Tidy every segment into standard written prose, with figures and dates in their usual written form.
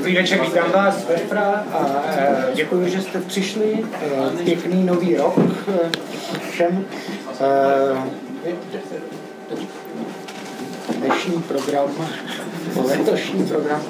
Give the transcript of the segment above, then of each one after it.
Dobrý večer, vítám vás z Verfra a děkuji, že jste přišli. Pěkný nový rok všem. Dnešní program, letošní program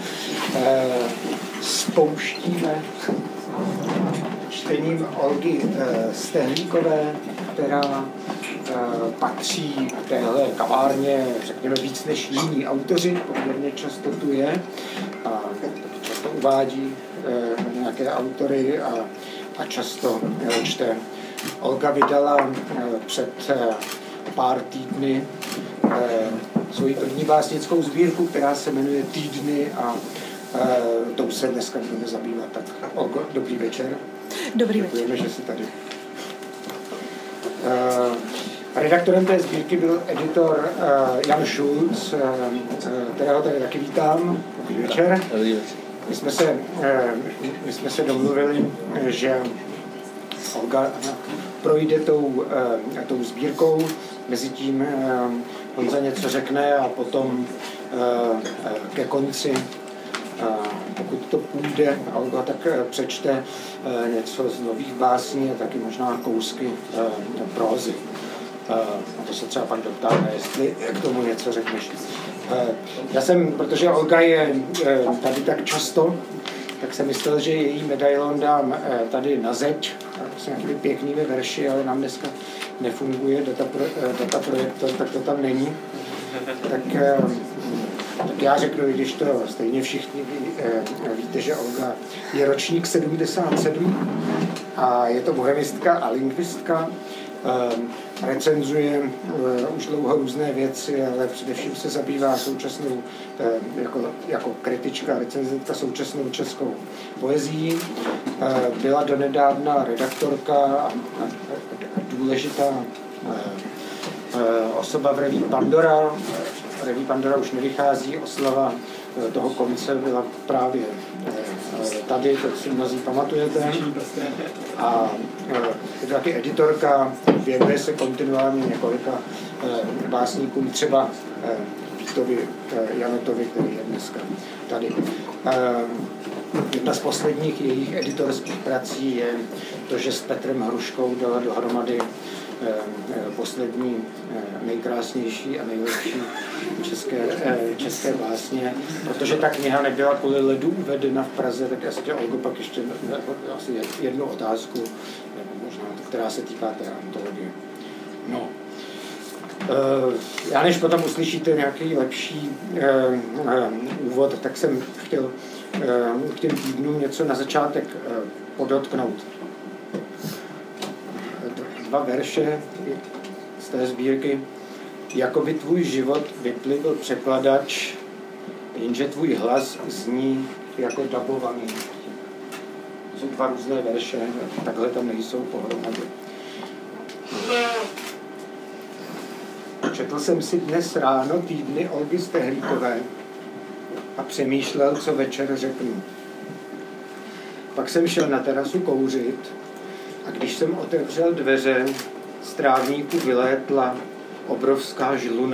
spouštíme čtením Olgy Stehlíkové, která patří k téhle kavárně, řekněme, víc než jiní autoři, poměrně často tu je a často uvádí nějaké autory a často čte. Olga vydala před pár týdny svoji první básnickou sbírku, která se jmenuje Týdny a tou se dneska budeme zabývat. Tak Olgo, dobrý večer. Dobrý večer. Děkujeme, že jsi tady. Redaktorem té sbírky byl editor Jan Schulz, kterého tady taky vítám. Dobrý večer. My jsme se domluvili, že Olga projde tou sbírkou, mezitím Honza něco řekne a potom ke konci, pokud to půjde, Olga tak přečte něco z nových básní a taky možná kousky prózy. A to se třeba pak doptáme, jestli k tomu něco řekneš. Já jsem, protože Olga je tady tak často, tak jsem myslel, že její medailon dám tady na zeď, s nějakými pěknými verši, ale nám dneska nefunguje data projektor, tak to tam není. Tak já řeknu, i když to stejně všichni víte, že Olga je ročník 77 a je to bohemistka a lingvistka. Recenzuje už dlouho různé věci, ale především se zabývá současnou, jako kritička, recenzentka současnou českou poezií. Byla donedávna redaktorka a důležitá osoba v reví Pandora. Reví Pandora už nevychází, oslava toho konce byla právě tady, to si mnozí pamatujete. A je to taky editorka, věnuje se kontinuálně několika básníkům, třeba Vítovi Janotovi, který je dneska tady. Jedna z posledních jejich editorských prací je to, že s Petrem Hruškou dala dohromady poslední nejkrásnější a nejlepší české básně. Protože ta kniha nebyla kvůli ledu uvedena v Praze, tak já se tě, Olgo, pak ještě asi jednu otázku, možná, která se týká té antologie. No. Já než potom uslyšíte nějaký lepší úvod, tak jsem chtěl k těm týdnům něco na začátek podotknout. 2 verše z té sbírky. Jako by tvůj život vyplivl překladač, jenže tvůj hlas zní jako dabovaný. Jsou 2 různé verše, takhle tam nejsou pohromadě. Četl jsem si dnes ráno Týdny Olgy Stehlíkové a přemýšlel, co večer řeknu. Pak jsem šel na terasu kouřit a když jsem otevřel dveře, z trávníku vylétla obrovská žluna.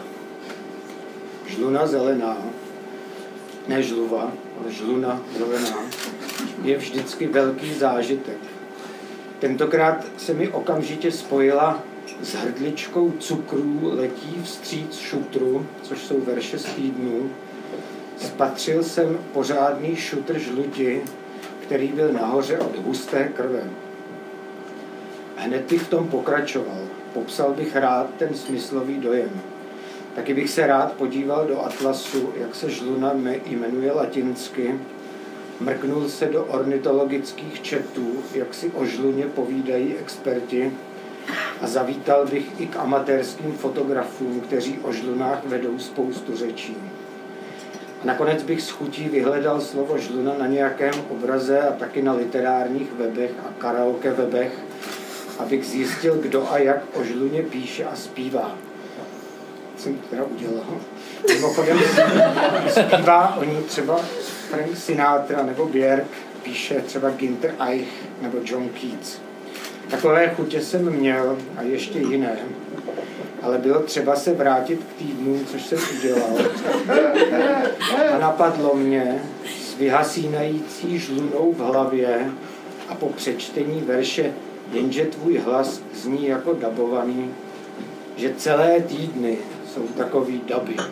Žluna zelená, ne žluva, ale žluna zelená, je vždycky velký zážitek. Tentokrát se mi okamžitě spojila s hrdličkou cukrů letí vstříc šutru, což jsou verše z Týdnů. Spatřil jsem pořádný šutr žluti, který byl nahoře od husté krve. Hned bych v tom pokračoval. Popsal bych rád ten smyslový dojem. Taky bych se rád podíval do atlasu, jak se žluna jmenuje latinsky. Mrknul se do ornitologických četů, jak si o žluně povídají experti. A zavítal bych i k amatérským fotografům, kteří o žlunách vedou spoustu řečí. A nakonec bych s chutí vyhledal slovo žluna na nějakém obraze a taky na literárních webech a karaoke webech, abych zjistil, kdo a jak o žluně píše a zpívá. Jsem to teda udělal. Mimochodem zpívá o ní třeba Frank Sinatra nebo Björk, píše třeba Günther Eich nebo John Keats. Takové chutě jsem měl a ještě jiné. Ale bylo třeba se vrátit k Týdnům, což jsem udělal. A napadlo mě, s vyhasínající žlunou v hlavě a po přečtení verše Jenže tvůj hlas zní jako dabovaný, že celé týdny jsou takový dubbing.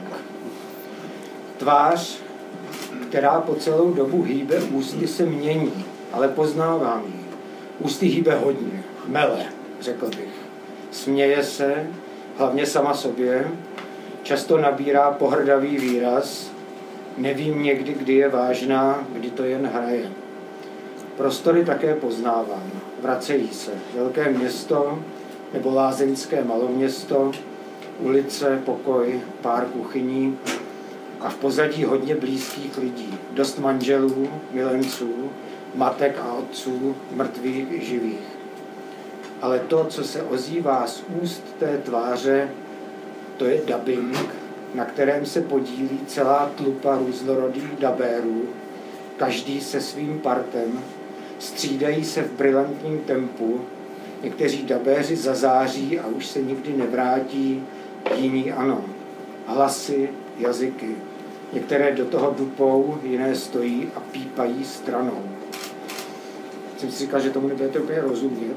Tvář, která po celou dobu hýbe ústy, se mění, ale poznávám ji. Ústy hýbe hodně, mele, řekl bych. Směje se, hlavně sama sobě, často nabírá pohrdavý výraz, nevím někdy, kdy je vážná, kdy to jen hraje. Prostory také poznávám, vracejí se. Velké město nebo lázeňské maloměsto, ulice, pokoj, pár kuchyní a v pozadí hodně blízkých lidí. Dost manželů, milenců, matek a otců, mrtvých i živých. Ale to, co se ozývá z úst té tváře, to je dabing, na kterém se podílí celá tlupa různorodých dabérů, každý se svým partem, střídají se v brilantním tempu, někteří dabéři zazáří a už se nikdy nevrátí, jiní ano. Hlasy, jazyky, některé do toho dupou, jiné stojí a pípají stranou. Jsem si říkal, že tomu nebudete úplně rozumět.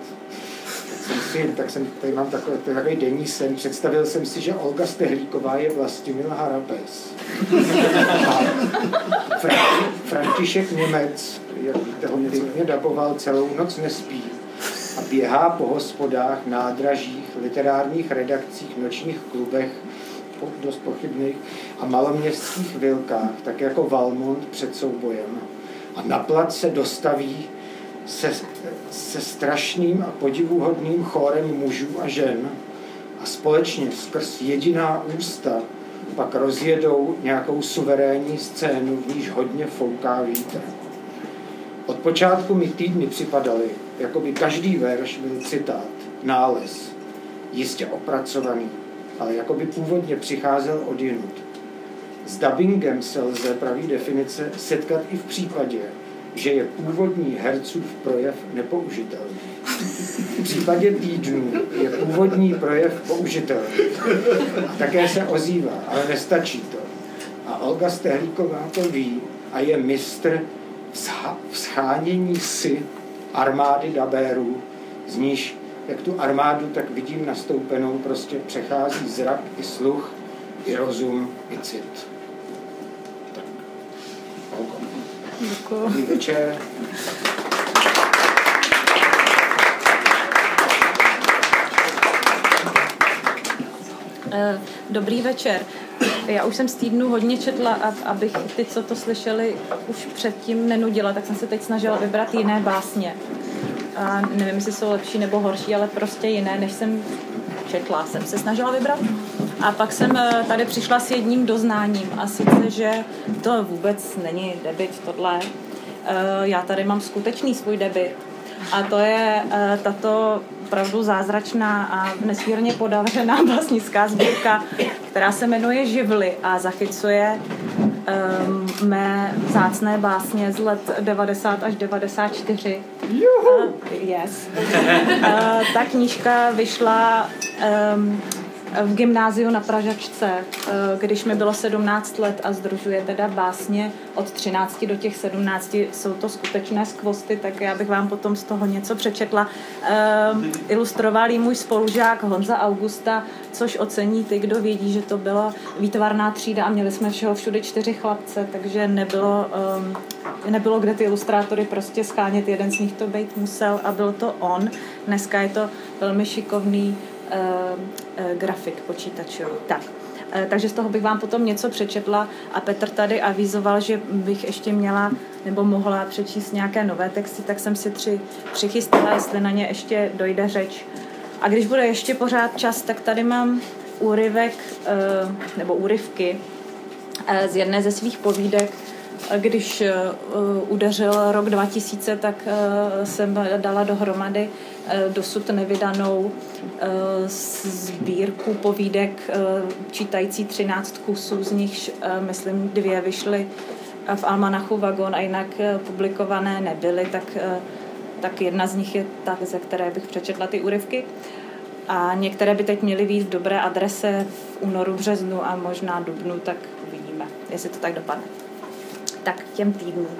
Tak jsem tady mám takový denní sen. Představil jsem si, že Olga Stehlíková je Vlastimil Harabes. A František Němec, jak víte, ho pěkně daboval, Celou noc nespí a běhá po hospodách, nádražích, literárních redakcích, nočních klubech, dost pochybných, a maloměstských vilkách, tak jako Valmont před soubojem. A na plac se dostaví se strašným a podivuhodným chórem mužů a žen a společně skrz jediná ústa pak rozjedou nějakou suverénní scénu, v níž hodně fouká vítr. Od počátku mi týdny připadaly, jako by každý verš byl citát, nález, jistě opracovaný, ale jako by původně přicházel odjinud. S dabingem se lze, praví definice, setkat i v případě, že je původní hercův projev nepoužitelný. V případě týdnů je původní projev použitelný. A také se ozývá, ale nestačí to. A Olga Stehlíková to ví a je mistr v schánění si armády dabérů, z níž, jak tu armádu tak vidím nastoupenou, prostě přechází zrak i sluch, i rozum, i cit. Tak. Děkuji. Dobrý večer. Dobrý večer. Já už jsem z týdnu hodně četla a abych ty, co to slyšeli, už předtím nenudila, tak jsem se teď snažila vybrat jiné básně. A nevím, jestli jsou lepší nebo horší, ale prostě jiné, než jsem četla, jsem se snažila vybrat. A pak jsem tady přišla s jedním doznáním, a sice, že to vůbec není debut tohle. Já tady mám skutečný svůj debut. A to je tato opravdu zázračná a nesmírně podařená básnická sbírka, která se jmenuje Živly a zachycuje mé vzácné básně z let 90 až 94. Yes. Ta knížka vyšla v gymnáziu na Pražačce, když mi bylo 17 let, a sdružuje teda básně od 13 do těch 17. Jsou to skutečné skvosty, tak já bych vám potom z toho něco přečetla. Ilustroval jí můj spolužák Honza Augusta, což ocení ty, kdo vědí, že to byla výtvarná třída a měli jsme všeho všude 4 chlapce, takže nebylo kde ty ilustrátory prostě schánět, jeden z nich to být musel a byl to on. Dneska je to velmi šikovný grafik počítačový. Takže z toho bych vám potom něco přečetla a Petr tady avizoval, že bych ještě měla nebo mohla přečíst nějaké nové texty, tak jsem si 3 přichystala, jestli na ně ještě dojde řeč. A když bude ještě pořád čas, tak tady mám úryvek nebo úryvky z jedné ze svých povídek. Když udeřil rok 2000, tak jsem dala dohromady dosud nevydanou sbírku povídek čítající 13 kusů, z nichž, myslím, 2 vyšly v almanachu Vagon a jinak publikované nebyly, tak jedna z nich je ta, ze které bych přečetla ty úryvky. A některé by teď měly být v dobré adrese v únoru, březnu a možná dubnu, tak uvidíme, jestli to tak dopadne. Tak k těm týdnům.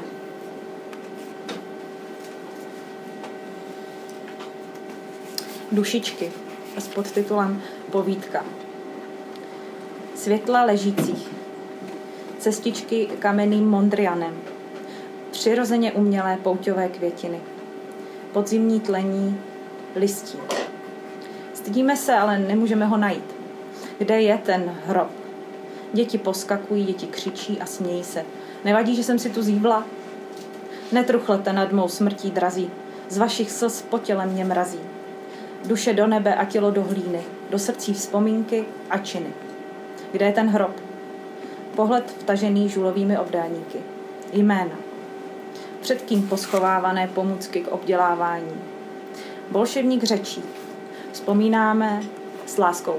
Dušičky s podtitulem Povídka. Světla ležících. Cestičky kamenným Mondrianem. Přirozeně umělé pouťové květiny. Podzimní tlení listí. Stydíme se, ale nemůžeme ho najít. Kde je ten hrob? Děti poskakují, děti křičí a smějí se. Nevadí, že jsem si tu zívla? Netruchlete nad mou smrtí drazí. Z vašich slz po těle mě mrazí. Duše do nebe a tělo do hlíny. Do srdcí vzpomínky a činy. Kde je ten hrob? Pohled vtažený žulovými obdélníky. Jména. Před kým poschovávané pomůcky k obdělávání. Bolševník řečí. Vzpomínáme s láskou.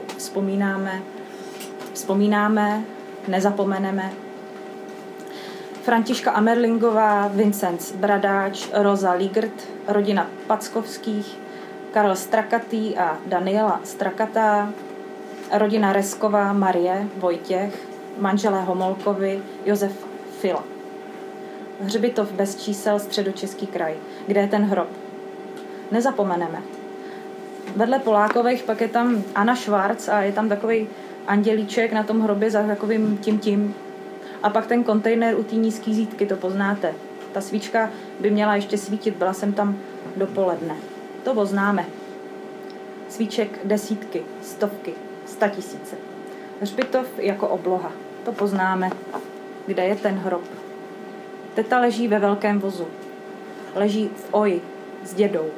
Vzpomínáme, nezapomeneme. Františka Amerlingová, Vincenc Bradáč, Rosa Ligert, rodina Packovských, Karel Strakatý a Daniela Strakatá, rodina Resková, Marie, Vojtěch, manželé Homolkovi, Josef Fila. Hřbitov bez čísel, Středočeský kraj. Kde je ten hrob? Nezapomeneme. Vedle Polákových pak je tam Anna Schwarz a je tam takový andělíček na tom hrobě za takovým tím. A pak ten kontejner u té nízký zítky, to poznáte. Ta svíčka by měla ještě svítit, byla jsem tam dopoledne. To poznáme. Svíček desítky, stovky, 100 000. Hřbitov jako obloha, to poznáme. Kde je ten hrob? Teta leží ve velkém vozu. Leží v oji s dědou.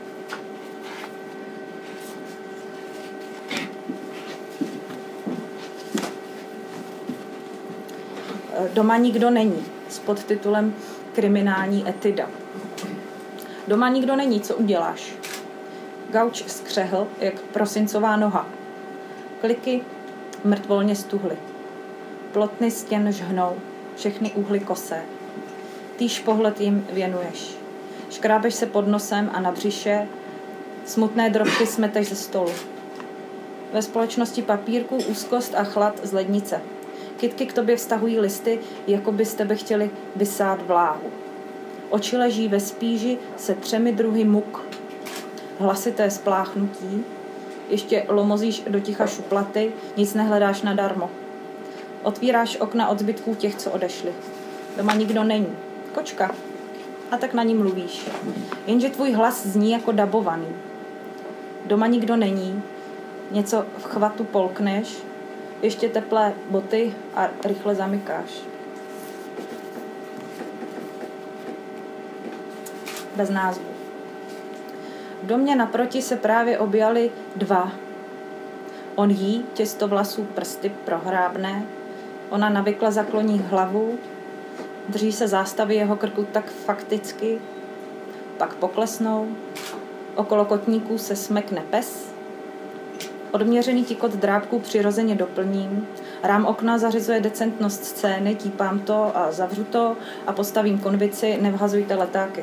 Doma nikdo není, s podtitulem Kriminální etyda. Doma nikdo není, co uděláš? Gauč skřehl, jak prosincová noha. Kliky mrtvolně stuhly. Plotny stěn žhnou, všechny úhly kosé. Týž pohled jim věnuješ. Škrábeš se pod nosem a na břiše, smutné drobky smeteš ze stolu. Ve společnosti papírků úzkost a chlad z lednice. Kytky k tobě vztahují listy, jako by z tebe chtěli vysát vláhu. Oči leží ve spíži se 3 druhy muk. Hlasité spláchnutí. Ještě lomozíš do ticha šuplaty, nic nehledáš nadarmo. Otvíráš okna od zbytků těch, co odešli. Doma nikdo není. Kočka. A tak na ní mluvíš. Jenže tvůj hlas zní jako dabovaný. Doma nikdo není. Něco v chvatu polkneš, ještě teplé boty a rychle zamykáš. Bez názvu. V domě naproti se právě objali 2. On jí těstovlasů prsty prohrábne, ona navykle zakloní hlavu, drží se zástavy jeho krku tak fakticky, pak poklesnou, okolo kotníků se smekne pes, odměřený tikot drápků přirozeně doplním, rám okna zařizuje decentnost scény, típám to a zavřu to a postavím konvici, nevhazujte letáky.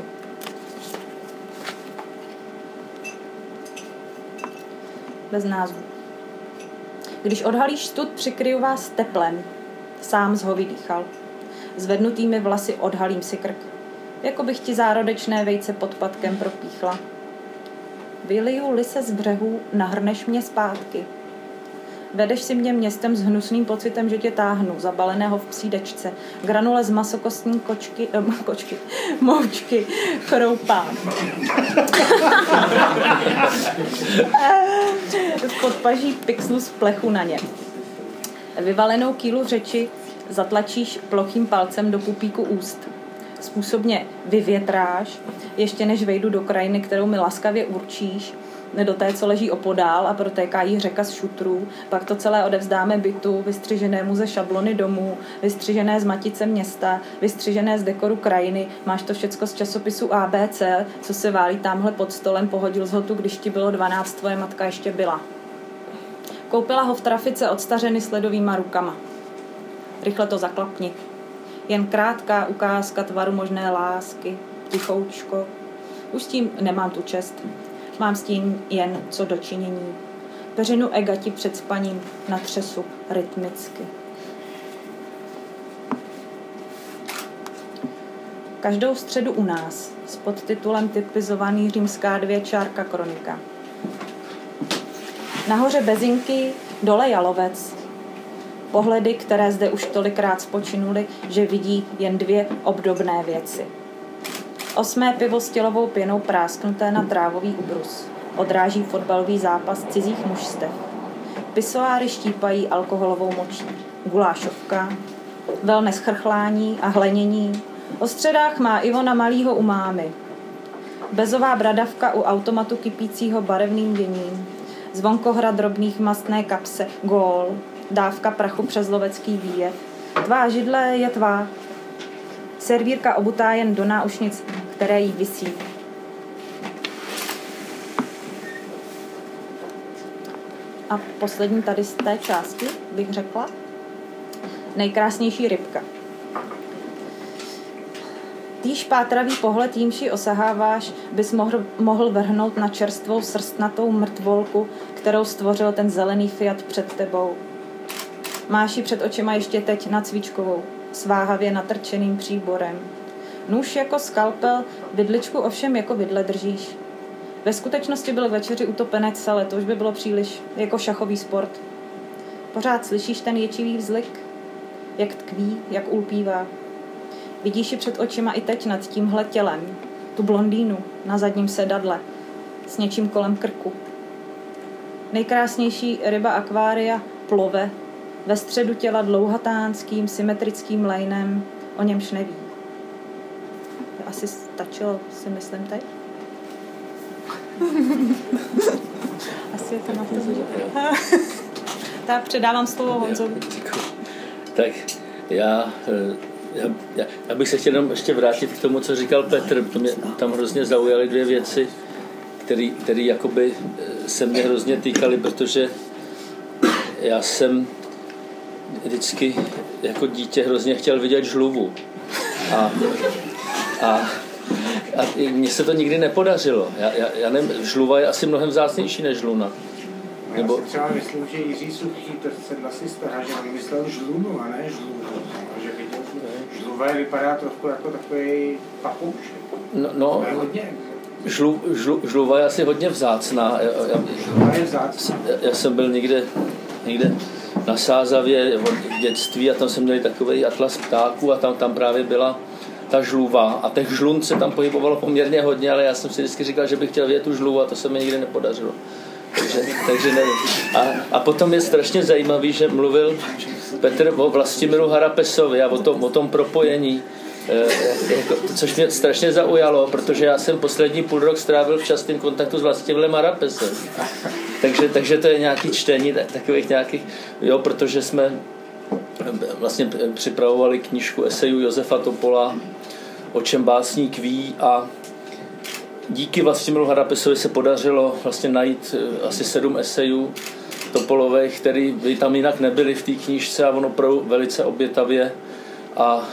Bez názvu. Když odhalíš stud, přikryju vás teplem. Sám zhovy dýchal. Zvednutými vlasy odhalím si krk. Jako bych ti zárodečné vejce pod patkem propíchla. Vyliju-li se z břehu, nahrneš mě zpátky. Vedeš si mě městem s hnusným pocitem, že tě táhnu, zabaleného v psí dečce. Granule z masokostní moučky, chroupám. V podpaží pixlu z plechu na ně. Vyvalenou kýlu v řeči zatlačíš plochým palcem do pupíku úst. Způsobně vyvětráš, ještě než vejdu do krajiny, kterou mi laskavě určíš, do té, co leží opodál a protéká jí řeka z šutrů, pak to celé odevzdáme bytu, vystřiženému ze šablony domů, vystřižené z matice města, vystřižené z dekoru krajiny, máš to všecko z časopisu ABC, co se válí tamhle pod stolem, pohodil z ho tu, když ti bylo 12, tvoje matka ještě byla. Koupila ho v trafice odstařeny s ledovýma rukama. Rychle to zaklapni. Jen krátká ukázka tvaru možné lásky, tichoučko. Už s tím nemám tu čest. Mám s tím jen co dočinění. Peřinu egati před spaním na třesu rytmicky. Každou středu u nás s podtitulem typizovaný Římská 2 čárka kronika. Nahoře Bezinky, dole Jalovec. Pohledy, které zde už tolikrát spočinuly, že vidí jen 2 obdobné věci. 8. pivo s tělovou pěnou prásknuté na trávový ubrus. Odráží fotbalový zápas cizích mužstev. Pisoáry štípají alkoholovou močí. Gulášovka, wellness chrchlání a hlenění. O středách má Ivona malýho u mámy. Bezová bradavka u automatu kypícího barevným děním. Zvonkohra drobných mastné kapse. Gól. Dávka prachu přes lovecký výjev. Tvá židle je tvá. Servírka obutá jen do náušnic, které jí visí. A poslední tady z té části bych řekla. Nejkrásnější rybka. Týž pátravý pohled, jímž ji osaháváš, bys mohl vrhnout na čerstvou srstnatou mrtvolku, kterou stvořil ten zelený Fiat před tebou. Máš ji před očima ještě teď nad cvičkovou, sváhavě natrčeným příborem. Nůž jako skalpel, vidličku ovšem jako vidle držíš. Ve skutečnosti byl k večeři utopenec, ale to už by bylo příliš, jako šachový sport. Pořád slyšíš ten ječivý vzlik, jak tkví, jak ulpívá. Vidíš ji před očima i teď nad tímhle tělem, tu blondýnu na zadním sedadle, s něčím kolem krku. Nejkrásnější ryba akvária plove, ve středu těla dlouhatánským, symetrickým lejnem, o němž neví. Asi stačilo, si myslím, teď. Asi je to na to. Tak předávám slovo Honzovi. Tak já bych se chtěl jenom ještě vrátit k tomu, co říkal Petr. To mě tam hrozně zaujaly 2 věci, které jakoby se mě hrozně týkaly, protože já jsem vždycky jako dítě hrozně chtěl vidět žluvu. A mně se to nikdy nepodařilo. Já nevím, žluva je asi mnohem vzácnější než luna. Já si třeba myslím, že Jiří Suchý, to se vlastně stará, že on myslel žlunu a ne žluvu. Že viděl, žluva vypadá trochu jako takový papoušek. No, žluva je asi hodně vzácná. Žluva je vzácná. Já jsem byl někde na Sázavě v dětství a tam jsem měli takový atlas ptáků a tam právě byla ta žluva a těch žlund se tam pohybovalo poměrně hodně, ale já jsem si vždycky říkal, že bych chtěl vidět tu žluvu a to se mi nikdy nepodařilo. Takže nevím. A potom je strašně zajímavý, že mluvil Petr o Vlastimilu Harapesovi a o tom propojení, což mě strašně zaujalo, protože já jsem poslední půl rok strávil v častém kontaktu s Vlastimilem Harapesem. Takže to je nějaký čtení takových nějakých, protože jsme vlastně připravovali knížku esejů Josefa Topola, O čem básník ví, a díky Vlastimilu Harapesovi se podařilo vlastně najít asi 7 esejů Topolových, které by tam jinak nebyly v té knížce, a on opravdu velice obětavě a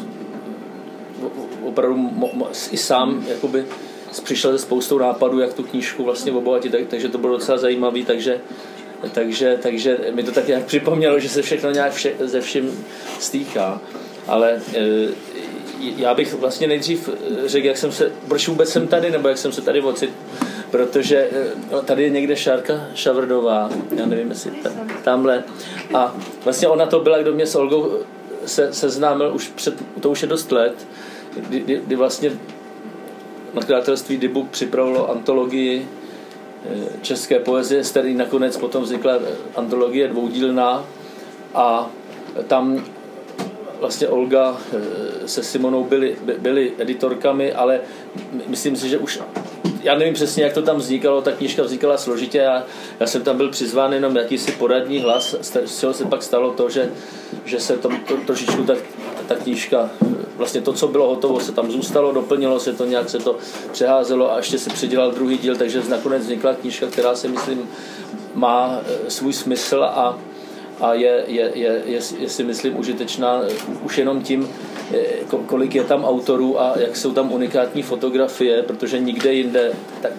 opravdu i sám jakoby přišel se spoustou nápadů, jak tu knížku vlastně obohatit, takže to bylo docela zajímavé, takže mi to tak nějak připomnělo, že se všechno nějak ze vším stýká. Ale já bych vlastně nejdřív řekl, proč vůbec jsem tady, nebo jak jsem se tady ocitl, protože tady je někde Šárka Šavrdová, já nevím, jestli tamhle, a vlastně ona to byla, kdo mě s Olgou seznámil to už je dost let, kdy vlastně nakladatelství Dybbuk připravilo antologii české poezie, z které nakonec potom vznikla antologie dvoudílná, a tam vlastně Olga se Simonou byli editorkami, ale myslím si, že už, já nevím přesně, jak to tam vznikalo, ta knížka vznikala složitě, já jsem tam byl přizván jenom jakýsi poradní hlas, z čeho se pak stalo to, že se to trošičku ta knížka, vlastně to, co bylo hotovo, se tam zůstalo, doplnilo se to, nějak se to přeházelo a ještě se přidělal druhý díl, takže nakonec vznikla knížka, která si myslím má svůj smysl a je si myslím užitečná už jenom tím, kolik je tam autorů a jak jsou tam unikátní fotografie, protože nikde jinde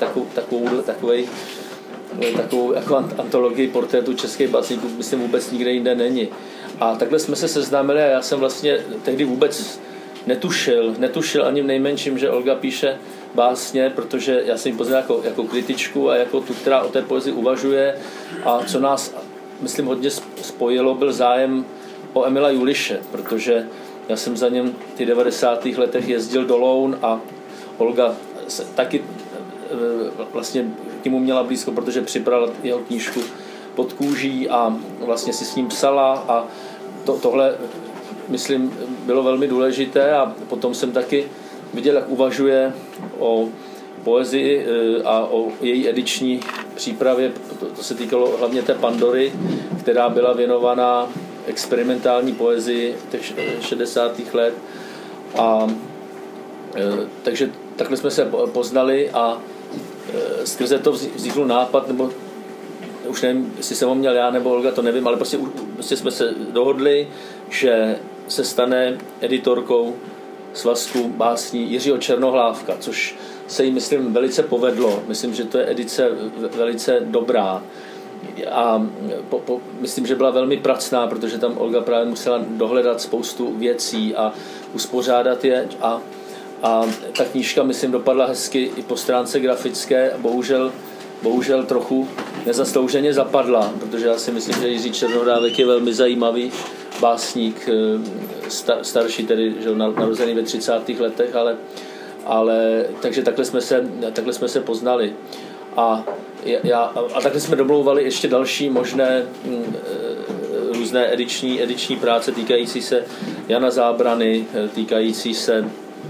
takovou jako antologii portrétů českých básníků myslím vůbec nikde jinde není. A takhle jsme se seznámili a já jsem vlastně tehdy vůbec netušil ani v nejmenším, že Olga píše básně, protože já jsem ji poznal jako kritičku a jako tu, která o té poezii uvažuje, a co nás, myslím, hodně spojilo, byl zájem o Emila Juliše, protože já jsem za něm v těch 90. letech jezdil do Loun a Olga se taky vlastně k němu měla blízko, protože připravila jeho knížku Pod kůží a vlastně si s ním psala a tohle, myslím, bylo velmi důležité, a potom jsem taky viděl, jak uvažuje o poezii a o její ediční přípravě. To se týkalo hlavně té Pandory, která byla věnovaná experimentální poezii těch 60. let. A takže takhle jsme se poznali a skrze to vznikl nápad, nebo už nevím, jestli jsem ho měl já nebo Olga, to nevím, ale prostě jsme se dohodli, že se stane editorkou svazku básní Jiřího Černohlávka, což se jí, myslím, velice povedlo. Myslím, že to je edice velice dobrá. A myslím, že byla velmi pracná, protože tam Olga právě musela dohledat spoustu věcí a uspořádat je. A ta knížka, myslím, dopadla hezky i po stránce grafické. Bohužel trochu nezaslouženě zapadla, protože já si myslím, že Jiří Černohlávek je velmi zajímavý básník, starší tedy, že narozený ve 30. letech, ale takže takhle jsme se poznali. A takhle jsme domlouvali ještě další možné různé ediční práce týkající se Jana Zábrany, týkající se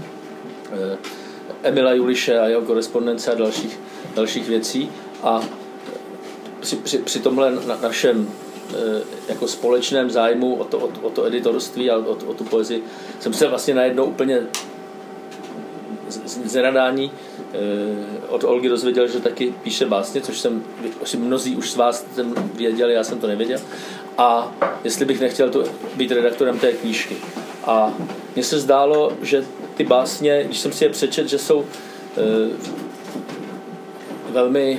Emila Juliše a jeho korespondence a dalších věcí. A při tomhle našem jako společném zájmu o to editorství a o tu poezii jsem se vlastně najednou úplně z nenadání od Olgy dozvěděl, že taky píše básně, což jsem, mnozí už z vás věděli, já jsem to nevěděl. A jestli bych nechtěl být redaktorem té knížky. A mně se zdálo, že ty básně, když jsem si je přečetl, že jsou velmi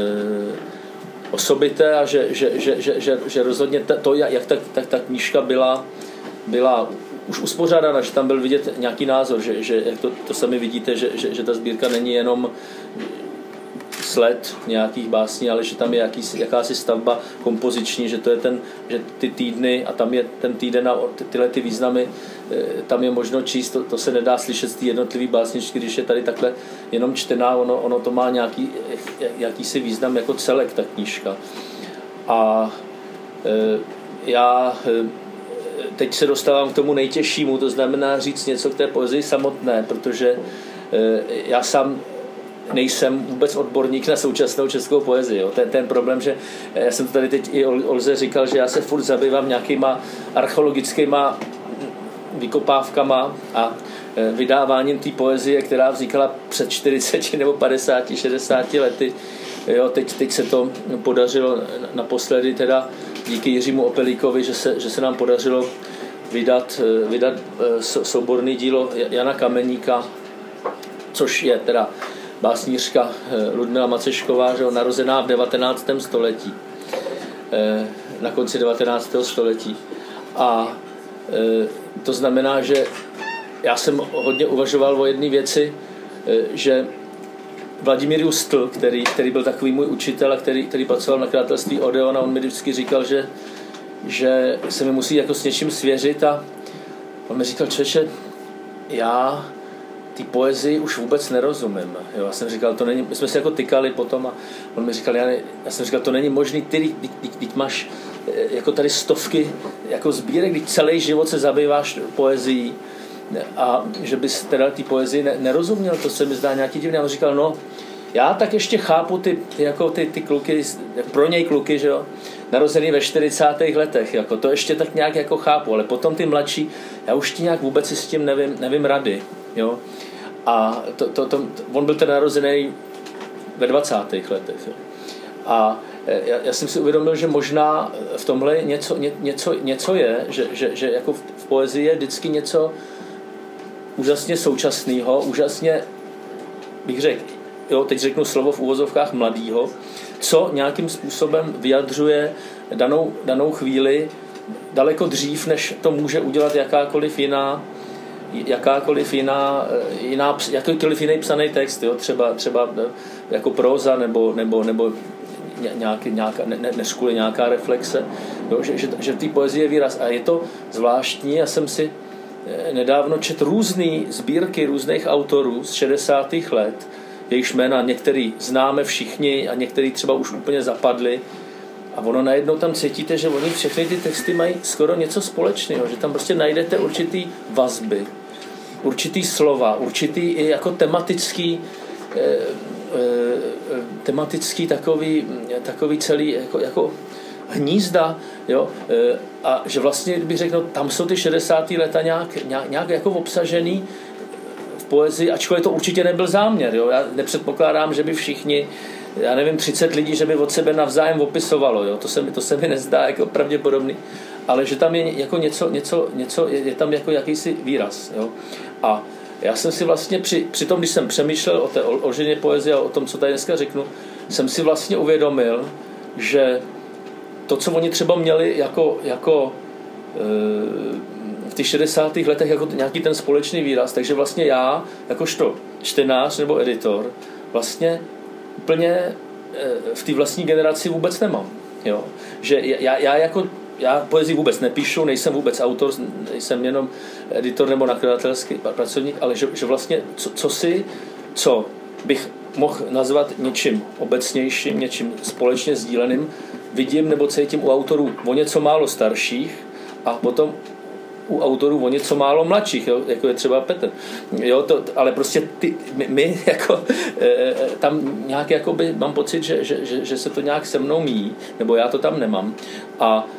osobité a že rozhodně to, jak ta knížka byla už uspořádána, že tam byl vidět nějaký názor, že jak to sami vidíte, že ta sbírka není jenom sled nějakých básní, ale že tam je jakási stavba kompoziční, že to je že ty týdny a tam je ten týden a tyhle ty významy, tam je možno číst, to se nedá slyšet z té jednotlivý básničky, když je tady takhle jenom čtená, ono to má jakýsi význam jako celek, ta knížka. A já teď se dostávám k tomu nejtěžšímu, to znamená říct něco k té poezii samotné, protože já sám nejsem vůbec odborník na současnou českou poezii. Jo. Ten problém, že já jsem to tady teď i Olze říkal, že já se furt zabývám nějakýma archeologickýma vykopávkama a vydáváním té poezie, která vznikala před 40 nebo 50, 60 lety. Jo, teď se to podařilo naposledy teda díky Jiřímu Opelíkovi, že se nám podařilo vydat souborné dílo Jana Kameníka, což je teda básnířka Ludmila Macešková, že narozená v 19. století, na konci 19. století. A to znamená, že já jsem hodně uvažoval o jedné věci, že Vladimír Justl, který byl takový můj učitel a který pracoval v nakladatelství Odeon, a on mi vždycky říkal, že se mi musí jako s něčím svěřit, a on mi říkal, člověče, já ty poezii už vůbec nerozumím. Jo, já jsem říkal, to není, my jsme se jako tykali potom a on mi říkal, já jsem říkal, to není možný, ty máš jako tady stovky jako sbírek, když celý život se zabýváš poezií a že bys teda ty poezii nerozuměl, to se mi zdá nějaký divný. A on říkal, no, já tak ještě chápu ty kluky, pro něj kluky, že jo, narozený ve 40. letech, jako to ještě tak nějak jako chápu, ale potom ty mladší, já už ti nějak vůbec si s tím nevím rady, jo. A on byl ten narozený ve 20. letech, jo. A já jsem si uvědomil, že možná v tomhle něco je, že jako v poezii je vždycky něco úžasně současného, úžasně, bych řekl, jo, teď řeknu slovo v uvozovkách mladýho, co nějakým způsobem vyjadřuje danou chvíli daleko dřív, než to může udělat jakákoliv jiná jakákoliv jakýkoliv jiný psaný text, jo? Třeba jako próza nebo nějaká reflexe, jo? Že v té poezii je výraz. A je to zvláštní, já jsem si nedávno četl různé sbírky různých autorů z 60. let, jejichž jména některý známe všichni a některý třeba už úplně zapadli. A ono najednou tam cítíte, že oni všechny ty texty mají skoro něco společného, že tam prostě najdete určitý vazby, určitý slova, určitý i jako tematický takový celý jako hnízda, jo? A že vlastně, bych řekl, tam jsou ty 60. leta nějak jako obsažený v poezii, ačkoliv to určitě nebyl záměr, jo? Já nepředpokládám, že by všichni, já nevím, 30 lidí, že by od sebe navzájem opisovalo, jo? To se mi nezdá jako pravděpodobný, ale že tam je jako něco je tam jako jakýsi výraz, jo? A já jsem si vlastně při tom, když jsem přemýšlel o té oženě poezie a o tom, co tady dneska řeknu, jsem si vlastně uvědomil, že to, co oni třeba měli jako v těch 60. letech jako nějaký ten společný výraz, takže vlastně já, jakožto čtenář nebo editor, vlastně úplně v té vlastní generaci vůbec nemám. Jo? Že já poezii vůbec nepíšu, nejsem vůbec autor, nejsem jenom editor nebo nakladatelský pracovník, ale že vlastně co bych mohl nazvat něčím obecnějším, něčím společně sdíleným, vidím nebo cítím u autorů o něco málo starších a potom u autorů o něco málo mladších, jo, jako je třeba Petr. Jo, ale prostě my jako, tam nějak jakoby, mám pocit, že se to nějak se mnou míjí, nebo já to tam nemám. A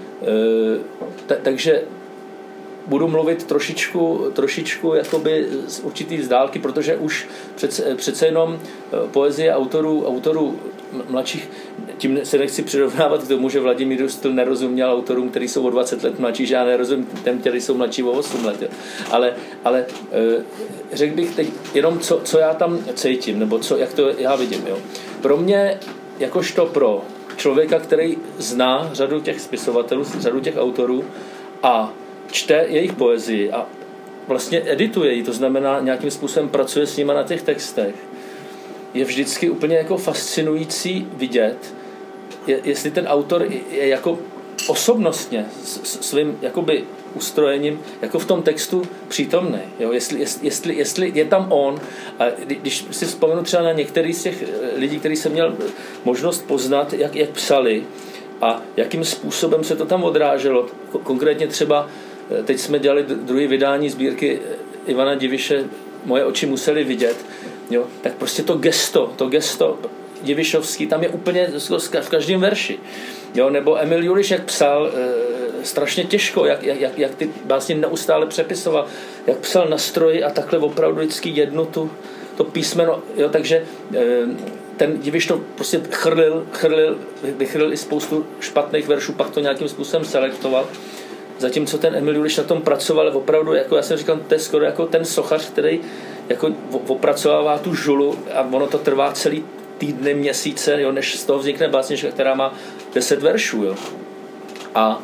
takže budu mluvit trošičku jakoby z určitý vzdálky, protože už přece jenom poezie autorů mladších, tím se nechci přirovnávat k tomu, že Vladimír Rustl nerozuměl autorům, kteří jsou o 20 let mladší, že já nerozumím těm, kteří jsou mladší o 8 let. Jo. Ale řekl bych teď jenom, co já tam cítím, nebo jak to já vidím. Jo. Pro mě, jakožto pro člověka, který zná řadu těch spisovatelů, řadu těch autorů a čte jejich poezii a vlastně edituje ji, to znamená nějakým způsobem pracuje s nima na těch textech, je vždycky úplně jako fascinující vidět, jestli ten autor je jako osobnostně svým jakoby ustrojením jako v tom textu přítomný. Jo? Jestli je tam on. A když si vzpomenu třeba na některý z těch lidí, který jsem měl možnost poznat, jak psali a jakým způsobem se to tam odráželo. Konkrétně třeba teď jsme dělali druhé vydání sbírky Ivana Diviše Moje oči museli vidět. Jo? Tak prostě to gesto divišovský tam je úplně v každém verši. Jo? Nebo Emil Juliš, jak psal strašně těžko, jak ty vlastně neustále přepisoval, jak psal na stroji a takhle opravdu vždycky jednu to písmeno. Jo? Takže ten Diviš to prostě vychrlil i spoustu špatných veršů, pak to nějakým způsobem selektoval. Zatímco ten Emil Juliš na tom pracoval opravdu, jako já jsem říkal, to je skoro jako ten sochař, který jako opracovává tu žulu a ono to trvá celý týdny, měsíce, jo, než z toho vznikne básnička, která má 10 veršů. Jo. A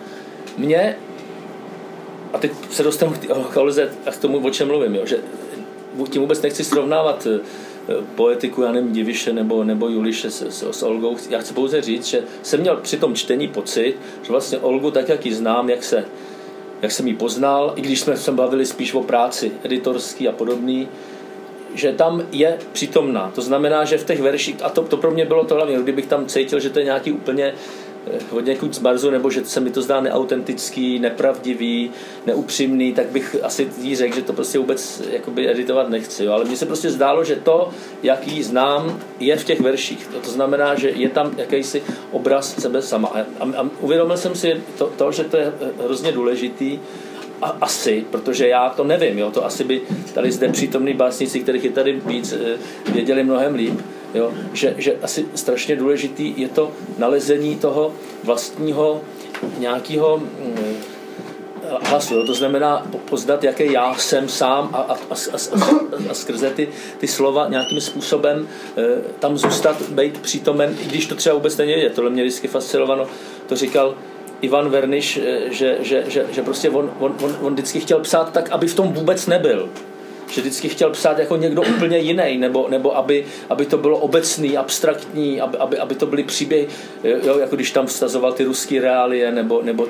teď se dostanu k Olze a k tomu, o čem mluvím, jo, že tím vůbec nechci srovnávat poetiku, já nevím, Diviše nebo Juliše s Olgou. Já chci pouze říct, že jsem měl při tom čtení pocit, že vlastně Olgu, tak jak ji znám, jak jsem ji poznal, i když jsme se bavili spíš o práci editorský a podobný, že tam je přítomná. To znamená, že v těch verších, a to pro mě bylo to hlavně, kdybych tam cítil, že to je nějaký úplně od někud z barzu, nebo že se mi to zdá neautentický, nepravdivý, neupřímný, tak bych asi jí řekl, že to prostě vůbec jakoby editovat nechci. Jo. Ale mně se prostě zdálo, že to, jak ji znám, je v těch verších. To znamená, že je tam jakýsi obraz sebe sama. A uvědomil jsem si to, že to je hrozně důležitý, a asi, protože já to nevím, jo, to asi by tady zde přítomní básníci, kterých je tady víc, věděli mnohem líp, jo, že asi strašně důležitý je to nalezení toho vlastního nějakého hlasu, jo, to znamená poznat, jaké já jsem sám a skrze ty slova nějakým způsobem tam zůstat, být přítomen, i když to třeba vůbec není vědět. Tohle mě vždycky fascinovalo, to říkal Ivan Verniš, že prostě on vždycky chtěl psát tak, aby v tom vůbec nebyl. Že vždycky chtěl psát jako někdo úplně jiný, nebo aby to bylo obecný, abstraktní, aby to byly příběhy, jo, jako když tam vstazoval ty ruský reálie, nebo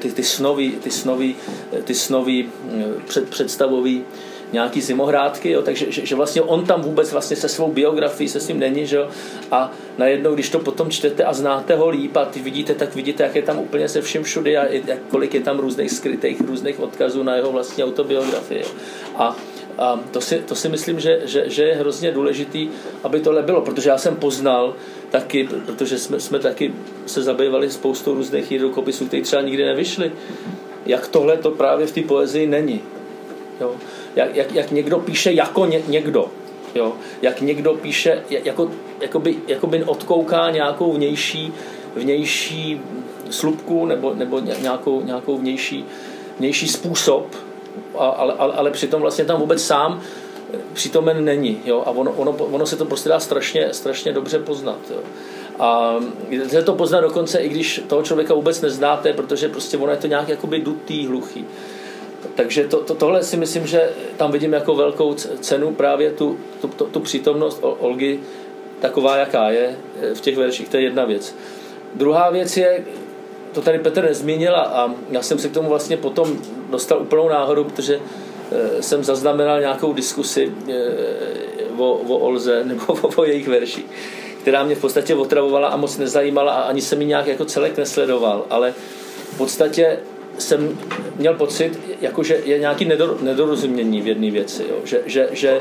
ty snový představový nějaký zimohrádky, jo, takže že vlastně on tam vůbec vlastně se svou biografií se s tím není, že jo, a najednou, když to potom čtete a znáte ho líp a vidíte, jak je tam úplně se vším všude a kolik je tam různých skrytých, různých odkazů na jeho vlastní autobiografii. A to si myslím, že je hrozně důležitý, aby tohle bylo, protože já jsem poznal taky, protože jsme taky se zabývali spoustou různých rukopisů, které třeba nikdy nevyšly, jak tohle to právě v té poezii není. Jo? Jak někdo píše jako někdo. Jo? Jak někdo píše, jakoby odkouká nějakou vnější slupku nebo nějakou vnější způsob, ale přitom vlastně tam vůbec sám přítomen není. Jo? A ono se to prostě dá strašně dobře poznat. Jo? A se to pozná dokonce, i když toho člověka vůbec neznáte, protože prostě ono je to nějak jakoby dutý, hluchý. Takže tohle si myslím, že tam vidím jako velkou cenu právě tu přítomnost Olgy taková, jaká je v těch verších. To je jedna věc. Druhá věc je, to tady Petr nezmínil a já jsem se k tomu vlastně potom dostal úplnou náhodou, protože jsem zaznamenal nějakou diskusi o Olze nebo o jejich verších, která mě v podstatě otravovala a moc nezajímala a ani jsem ji nějak jako celek nesledoval, ale v podstatě jsem měl pocit, jakože je nějaký nedorozumění v jedné věci, jo? Že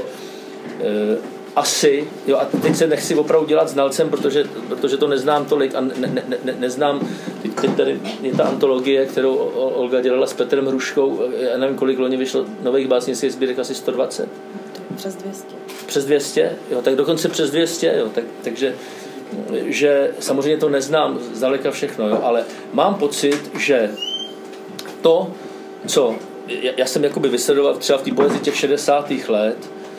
asi, jo, a teď se nechci opravdu dělat znalcem, protože to neznám tolik a neznám, teď tady je ta antologie, kterou Olga dělala s Petrem Hruškou, já nevím, kolik loni vyšlo nových básnických sbírek, asi 120. Přes 200. Přes 200? Jo, tak dokonce přes 200, jo, takže že samozřejmě to neznám zdaleka všechno, jo, ale mám pocit, že to, co já jsem jakoby vysledoval třeba v té poezii těch 60. let,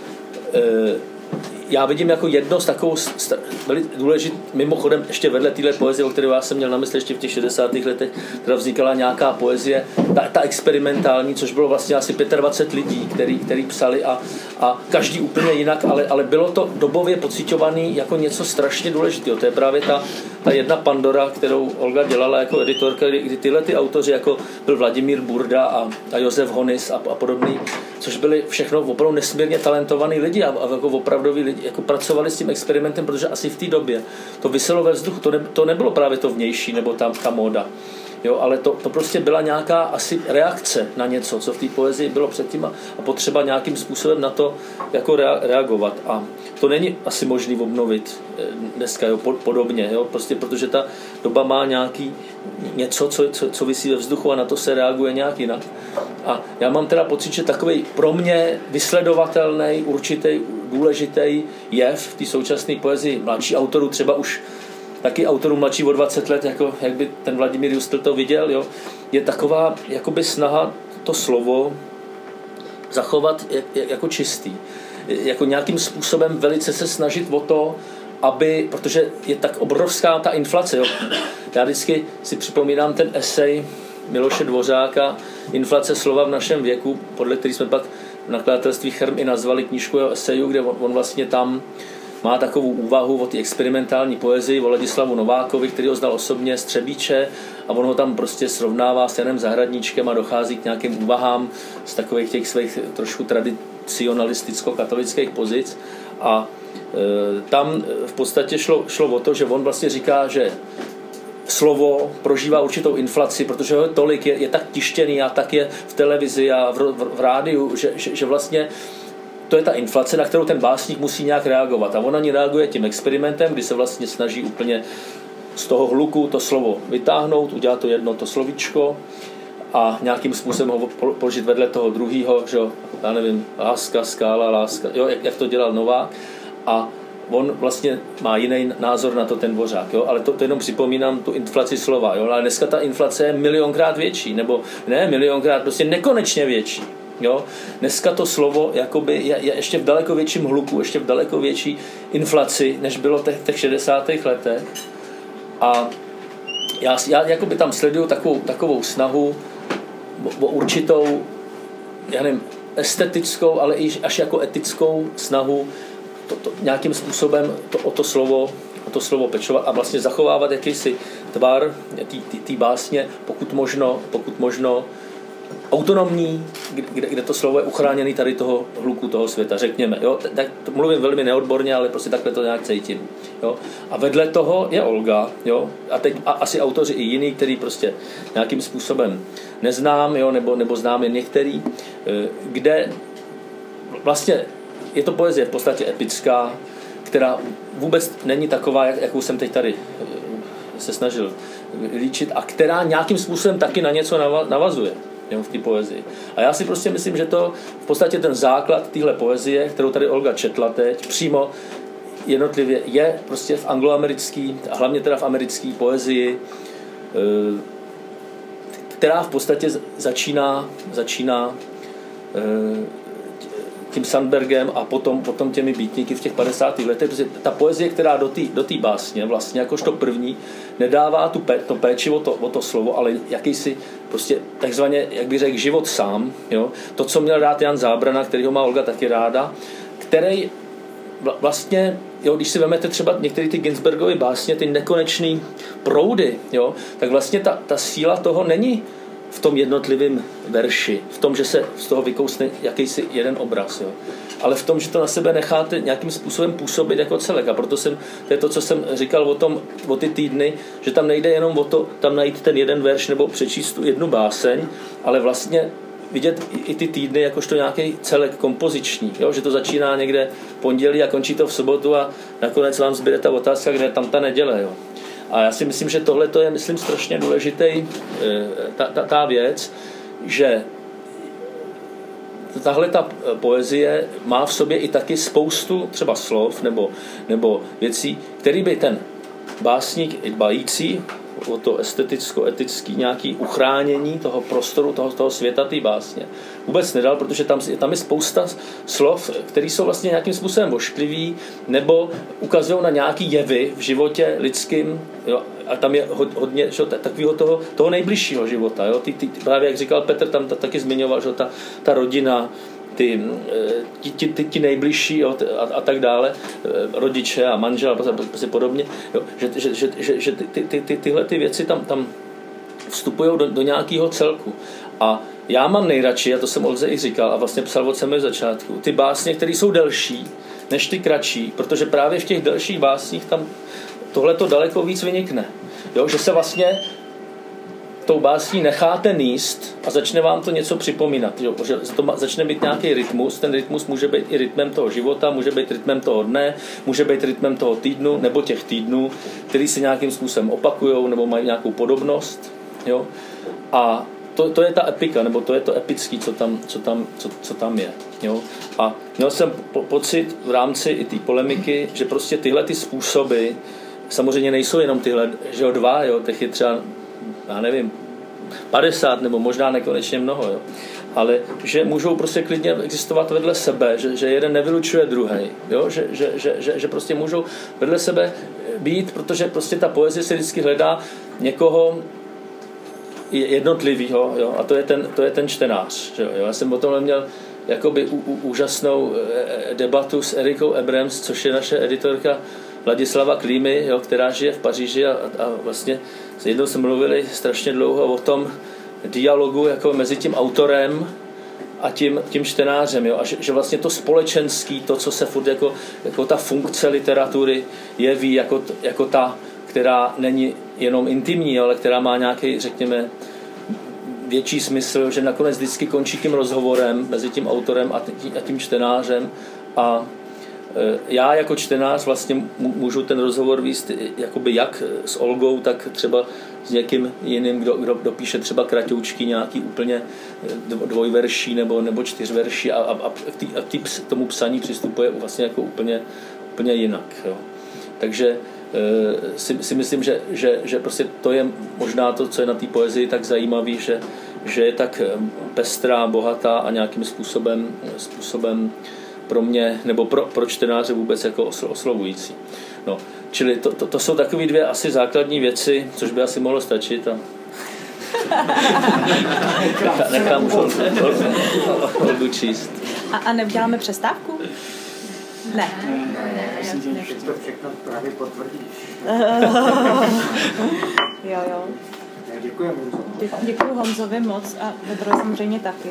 já vidím jako jedno z takovou důležitý, mimochodem ještě vedle téhle poezie, o které já jsem měl na mysli ještě v těch 60. letech, která vznikala nějaká poezie, ta experimentální, což bylo vlastně asi 25 lidí, který psali a každý úplně jinak, ale bylo to dobově pociťovaný jako něco strašně důležitého. To je právě ta jedna Pandora, kterou Olga dělala jako editorka, kdy tyhle ty autoři, jako byl Vladimír Burda a Josef Honis a podobný, což byli všechno opravdu nesmírně talentovaní lidi a jako opravdoví lidi, jako pracovali s tím experimentem, protože asi v té době to viselo ve vzduchu, to nebylo právě to vnější nebo ta móda. Jo, ale to prostě byla nějaká asi reakce na něco, co v té poezii bylo předtím a potřeba nějakým způsobem na to jako reagovat. A to není asi možný obnovit dneska, jo, podobně, jo, prostě protože ta doba má něco, co visí ve vzduchu a na to se reaguje nějak jinak. A já mám teda pocit, že takový pro mě vysledovatelný, určitý, důležitý jev v té současné poezii mladší autorů, třeba už taky autorů mladší o 20 let, jako jak by ten Vladimír Justl to viděl, jo, je taková jakoby snaha to slovo zachovat jako čistý. Jako nějakým způsobem velice se snažit o to, protože je tak obrovská ta inflace. Jo. Já vždycky si připomínám ten esej Miloše Dvořáka Inflace slova v našem věku, podle který jsme pak v nakladatelství Cherm i nazvali knížku jeho esejů, kde on vlastně tam má takovou úvahu o té experimentální poezii, o Ladislavu Novákovi, který ho znal osobně z Třebíče a on ho tam prostě srovnává s Janem Zahradníčkem a dochází k nějakým úvahám z takových těch svých trošku tradicionalisticko-katolických pozic a tam v podstatě šlo o to, že on vlastně říká, že slovo prožívá určitou inflaci, protože ho tolik je tak tištěný a tak je v televizi a v rádiu, že vlastně to je ta inflace, na kterou ten básník musí nějak reagovat. A on na ní reaguje tím experimentem, kdy se vlastně snaží úplně z toho hluku to slovo vytáhnout, udělat to jedno to slovíčko a nějakým způsobem ho položit vedle toho druhého, že já nevím, láska, skála, láska, jo, jak to dělal Novák. A on vlastně má jiný názor na to ten Dvořák, jo, ale to jenom připomínám tu inflaci slova, jo, ale dneska ta inflace je milionkrát větší, nebo ne milionkrát, prostě nekonečně větší. Jo? Dneska to slovo jakoby je ještě v daleko větším hluku, ještě v daleko větší inflaci, než bylo v těch 60. letech. A já jakoby tam sleduju takovou snahu o určitou, já nevím, estetickou, ale i až jako etickou snahu nějakým způsobem o to slovo pečovat a vlastně zachovávat jakýsi tvar té básně, pokud možno autonomní, kde to slovo je uchráněný tady toho hluku toho světa, řekněme. Jo? Tak mluvím velmi neodborně, ale prostě takhle to nějak cítím. Jo? A vedle toho je Olga, jo? A asi autoři i jiný, který prostě nějakým způsobem neznám, jo? Nebo znám jen některý, kde vlastně je to poezie v podstatě epická, která vůbec není taková, jakou jsem teď tady se snažil líčit a která nějakým způsobem taky na něco navazuje, jo, v té poezii. A já si prostě myslím, že to v podstatě ten základ téhle poezie, kterou tady Olga četla teď, přímo jednotlivě je prostě v angloamerický a hlavně teda v americké poezii, která v podstatě začíná tím Sandbergem a potom těmi beatníky v těch 50. letech. Ta poezie, která do té básně vlastně jakožto první nedává to péči o to slovo, ale jakýsi prostě takzvaně, jak bych řekl, život sám. Jo? To, co měl rád Jan Zábrana, který ho má Olga taky ráda, který vlastně, jo, když si vezmete třeba některé ty Ginsbergovy básně, ty nekonečný proudy, jo, tak vlastně ta síla toho není v tom jednotlivém verši, v tom, že se z toho vykousne jakýsi jeden obraz, jo. Ale v tom, že to na sebe necháte nějakým způsobem působit jako celek. A proto to je to, co jsem říkal o ty týdny, že tam nejde jenom o to, tam najít ten jeden verš nebo přečíst tu jednu báseň, ale vlastně vidět i ty týdny jakožto nějaký celek kompoziční, jo? Že to začíná někde pondělí a končí to v sobotu a nakonec vám zbyde ta otázka, kde je tam ta neděle, jo. A já si myslím, že tohle to je, myslím, strašně důležitý ta věc, že tahle ta poezie má v sobě i taky spoustu třeba slov nebo věcí, který by ten básník i dbající o to esteticko-etický nějaký uchránění toho prostoru, toho světa, té básně vůbec nedal, protože tam je spousta slov, které jsou vlastně nějakým způsobem vošklivý nebo ukazují na nějaký jevy v životě lidským, jo, a tam je hodně takového toho nejbližšího života. Jo. Právě jak říkal Petr, tam taky zmiňoval, že ta rodina, ti nejbližší, jo, a tak dále, rodiče a manžel a prostě podobně, jo, že tyhle ty věci tam vstupují do nějakého celku. A já mám nejradši, a to jsem Olze i říkal a vlastně psal od samého začátku, ty básně, které jsou delší než ty kratší, protože právě v těch delších básních tam tohleto daleko víc vynikne. Jo, že se vlastně tou básní necháte níst a začne vám to něco připomínat. Jo? Že to začne být nějaký rytmus, ten rytmus může být i rytmem toho života, může být rytmem toho dne, může být rytmem toho týdnu nebo těch týdnů, který se nějakým způsobem opakujou nebo mají nějakou podobnost. Jo? A to je ta epika, nebo to je to epický, co tam je. Jo? A měl jsem pocit v rámci i té polemiky, že prostě tyhle ty způsoby samozřejmě nejsou jenom tyhle, že dva, jo? Těch je třeba, já nevím, 50 nebo možná nekonečně mnoho, jo. Ale že můžou prostě klidně existovat vedle sebe, že jeden nevylučuje druhej, jo. Že prostě můžou vedle sebe být, protože prostě ta poezie se vždycky hledá někoho jednotlivýho, jo. A to je ten čtenář, jo. Já jsem o tomhle měl jakoby úžasnou debatu s Erikou Abrams, což je naše editorka Ladislava Klímy, jo, která žije v Paříži a vlastně s jednou jsme mluvili strašně dlouho o tom dialogu jako mezi tím autorem a tím čtenářem, jo, a že vlastně to společenský, to, co se furt jako ta funkce literatury jeví jako ta, která není jenom intimní, ale která má nějaký, řekněme, větší smysl, že nakonec vždycky končí tím rozhovorem mezi tím autorem a tím čtenářem a já jako čtenář vlastně můžu ten rozhovor vést jakoby jak s Olgou, tak třeba s někým jiným, kdo píše třeba kratoučky, nějaký úplně dvojverší nebo čtyřverší a k tomu psaní přistupuje vlastně jako úplně jinak. Jo. Takže si myslím, že prostě to je možná to, co je na té poezii tak zajímavý, že je tak pestrá, bohatá a nějakým způsobem pro mě, nebo pro čtenáře vůbec jako oslovující. No, čili to jsou takové dvě asi základní věci, což by asi mohlo stačit. A nechám už Olgu číst. A neuděláme přestávku? Ne. Teď to všechno právě potvrdíš. Jo. Děkuji Honzovi. Děkuji Honzovi moc a Vedrovi samozřejmě taky.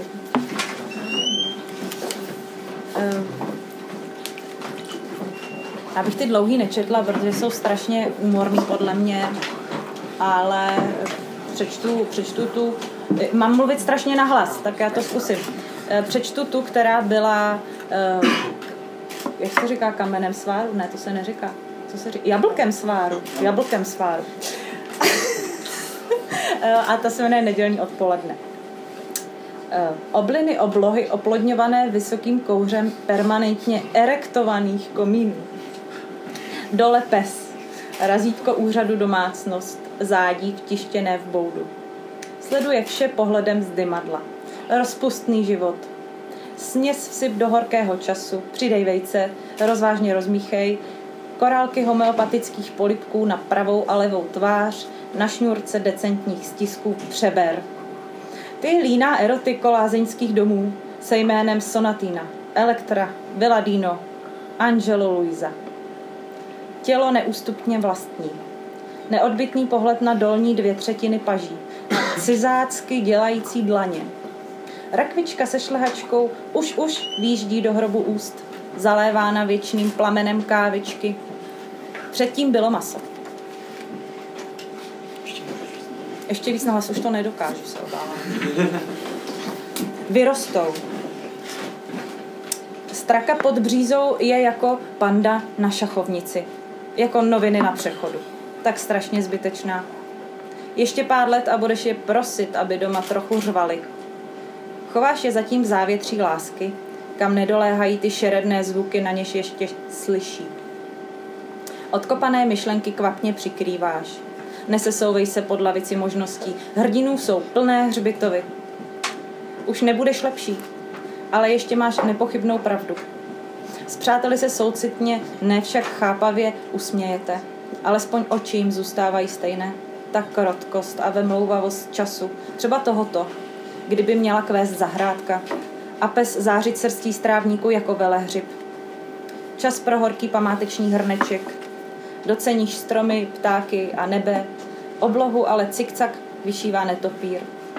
Já bych ty dlouhý nečetla, protože jsou strašně úmorný podle mě, ale přečtu tu. Mám mluvit strašně nahlas, tak já to zkusím. Přečtu tu, která byla, jak se říká, kamenem sváru? Ne, to se neříká. Co se říká? Jablkem sváru. A ta se jmenuje Nedělní odpoledne. Obliny oblohy oplodňované vysokým kouřem permanentně erektovaných komínů. Dole pes, razítko úřadu domácnost, zádí vtištěné v boudu. Sleduje vše pohledem z dymadla. Rozpustný život. Sněz vsyp do horkého času, přidej vejce, rozvážně rozmíchej, korálky homeopatických polibků na pravou a levou tvář, na šňůrce decentních stisků přeber. Ty líná erotiko lázeňských domů se jménem Sonatina, Elektra, Villadino, Angelo Luisa. Tělo neústupně vlastní. Neodbytný pohled na dolní 2/3 paží, na cizácky dělající dlaně. Rakvička se šlehačkou už výjíždí do hrobu úst, zalévána věčným plamenem kávičky. Předtím bylo maso. Ještě víc nahlas, už to nedokážu, se obávám. Vyrostou. Straka pod břízou je jako panda na šachovnici. Jako noviny na přechodu. Tak strašně zbytečná. Ještě pár let a budeš je prosit, aby doma trochu řvali. Chováš je zatím v závětří lásky, kam nedoléhají ty šeredné zvuky, na něž ještě slyší. Odkopané myšlenky kvapně přikrýváš. Nesesouvej se pod lavici možností. Hrdinů jsou plné hřbitovy. Už nebudeš lepší, ale ještě máš nepochybnou pravdu. S přáteli se soucitně, ne však chápavě usmějete. Alespoň oči jim zůstávají stejné. Ta krotkost a vemlouvavost času. Třeba tohoto, kdyby měla kvést zahrádka a pes zářit srstí strávníku jako velehřib. Čas pro horký památeční hrneček. Doceníš stromy, ptáky a nebe. Oblohu ale cikcak vyšívá netopír.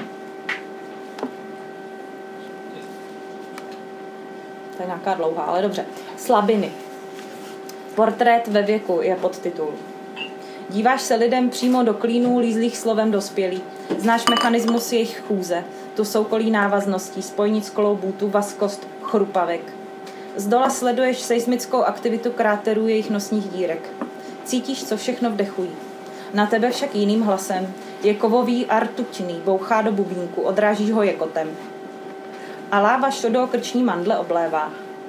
To je nějaká dlouhá, ale dobře. Slabiny. Portrét ve věku je podtitul. Díváš se lidem přímo do klínů lízlých slovem dospělí. Znáš mechanismus jejich chůze, tu soukolí návazností, spojnic kloubů, vazkost chrupavek. Zdola sleduješ seismickou aktivitu kráterů jejich nosních dírek. Cítíš, co všechno vdechují. Na tebe však jiným hlasem. Je kovový a rtučný, bouchá do bubínku, odrážíš ho jekotem. A láva šodou krční mandle oblévá.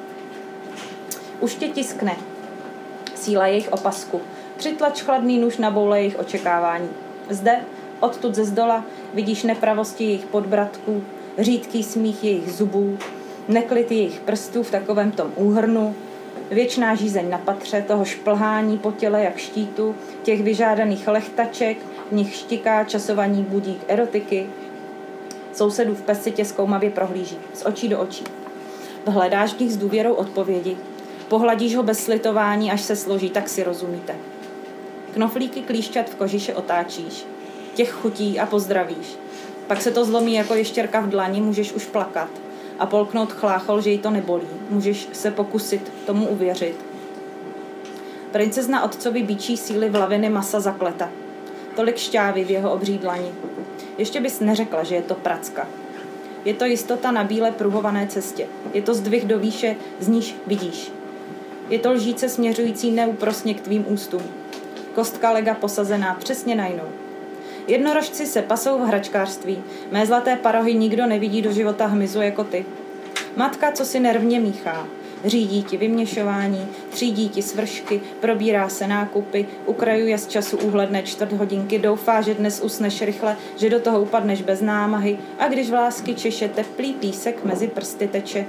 Už tě tiskne. Síla jejich opasku. Přitlač chladný nůž na boule jejich očekávání. Zde, odtud ze zdola, vidíš nepravosti jejich podbratků, řídký smích jejich zubů, neklid jejich prstů v takovém tom úhrnu, věčná žízeň na patře, toho šplhání po těle jak štítu, těch vyžádaných lechtaček, v nich štiká časovaný budík erotiky. Sousedův pes si tě zkoumavě prohlíží, z očí do očí. Hledáš v nich s důvěrou odpovědi, pohladíš ho bez slitování, až se složí, tak si rozumíte. Knoflíky klíšťat v kožiši otáčíš, těch chutí a pozdravíš. Pak se to zlomí jako ještěrka v dlani, můžeš už plakat a polknout chláchol, že jí to nebolí. Můžeš se pokusit tomu uvěřit. Princezna otcovi bíčí síly v laviny masa zakleta. Tolik šťávy v jeho obří dlani. Ještě bys neřekla, že je to pracka. Je to jistota na bíle pruhované cestě. Je to zdvih do výše, z níž vidíš. Je to lžíce směřující neúprosně k tvým ústům. Kostka lega posazená přesně na jinou. Jednorožci se pasou v hračkářství. Mé zlaté parohy nikdo nevidí do života hmyzu jako ty. Matka, co si nervně míchá. Řídí ti vyměšování, třídí ti svršky, probírá se nákupy, ukrajuje z času úhledné 4 hodinky, doufá, že dnes usneš rychle, že do toho upadneš bez námahy a když v lásky češe teplý písek mezi prsty teče.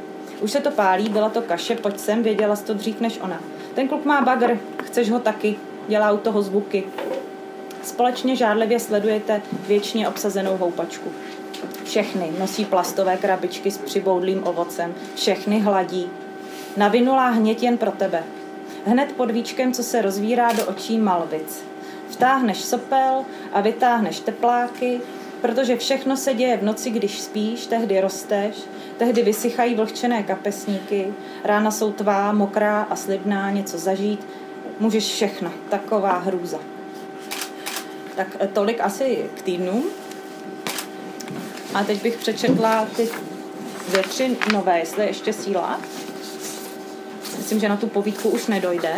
Už se to pálí, byla to kaše, pojď sem, věděla jsi to dřív než ona. Ten kluk má bagr, chceš ho taky, dělá u toho zvuky. Společně žádlivě sledujete věčně obsazenou houpačku. Všechny nosí plastové krabičky s přiboudlým ovocem, všechny hladí. Navinulá hněď jen pro tebe. Hned pod víčkem, co se rozvírá do očí malvic. Vtáhneš sopel a vytáhneš tepláky, protože všechno se děje v noci, když spíš, tehdy rosteš, tehdy vysychají vlhčené kapesníky, rána jsou tvá, mokrá a slibná, něco zažít, můžeš všechno, taková hrůza. Tak tolik asi k týdnu. A teď bych přečetla ty 2-3 nové, jestli je ještě síla. Myslím, že na tu povídku už nedojde.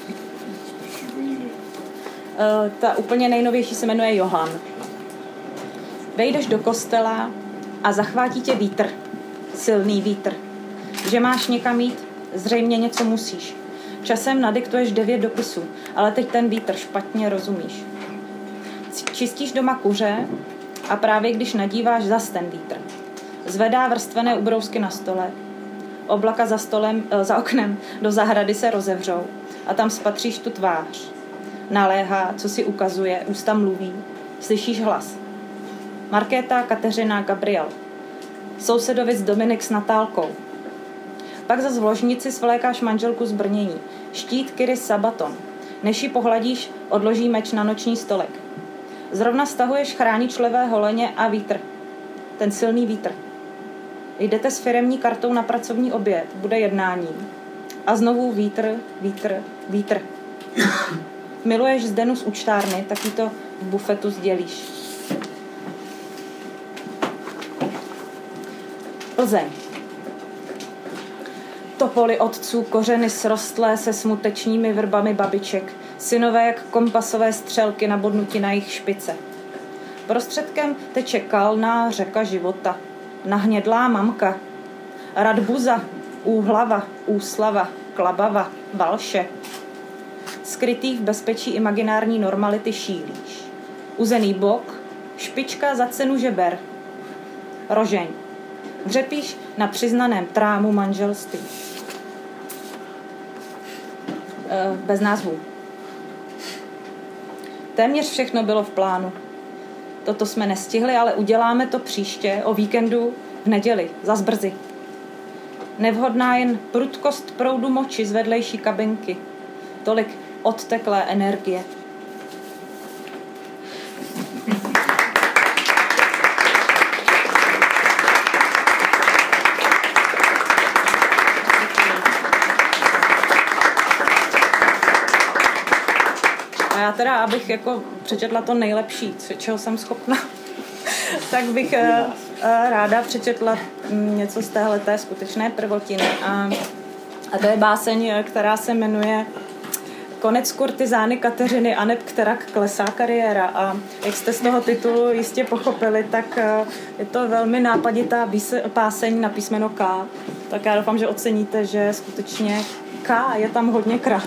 Ta úplně nejnovější se jmenuje Johan. Vejdeš do kostela a zachvátí tě vítr. Silný vítr. Že máš někam jít, zřejmě něco musíš. Časem nadiktuješ 9 dopisů, ale teď ten vítr špatně rozumíš. Čistíš doma kuře a právě když nadíváš, zas ten vítr. Zvedá vrstvené ubrousky na stole. Oblaka za oknem do zahrady se rozevřou a tam spatříš tu tvář. Naléhá, co si ukazuje, ústa mluví. Slyšíš hlas. Markéta, Kateřina, Gabriel. Sousedovic Dominik s Natálkou. Pak zas v ložnici svlékáš manželku z brnění. Štít Kyry Sabaton. Než ji pohladíš, odloží meč na noční stolek. Zrovna stahuješ chráničlevé holeně a vítr. Ten silný vítr. Jdete s firemní kartou na pracovní oběd. Bude jednání. A znovu vítr, vítr, vítr. Miluješ Zdenu z účtárny, tak jí to v bufetu sdělíš. Plzeň. Topoly otců, kořeny srostlé se smutečními vrbami babiček, synové jak kompasové střelky nabodnuti na jejich špice. Prostředkem teče kalná řeka života, nahnědlá mamka, Radbuza, Úhlava, Úslava, Klabava, Balše. Skrytý v bezpečí imaginární normality šílíš. Uzený bok, špička za cenu žeber. Rožeň. Dřepíš na přiznaném trámu manželství. Bez názvu. Téměř všechno bylo v plánu. Toto jsme nestihli, ale uděláme to příště, o víkendu, v neděli, zas brzy. Nevhodná jen prudkost proudu moči z vedlejší kabinky. Tolik odteklé energie. A já teda, abych jako přečetla to nejlepší, čeho jsem schopna, tak bych ráda přečetla něco z téhleté skutečné prvotiny. A to je báseň, která se jmenuje Konec kurtizány Kateřiny aneb kterak klesá kariéra. A jak jste z toho titulu jistě pochopili, tak je to velmi nápaditá báseň na písmeno K. Tak já doufám, že oceníte, že skutečně K je tam hodněkrát.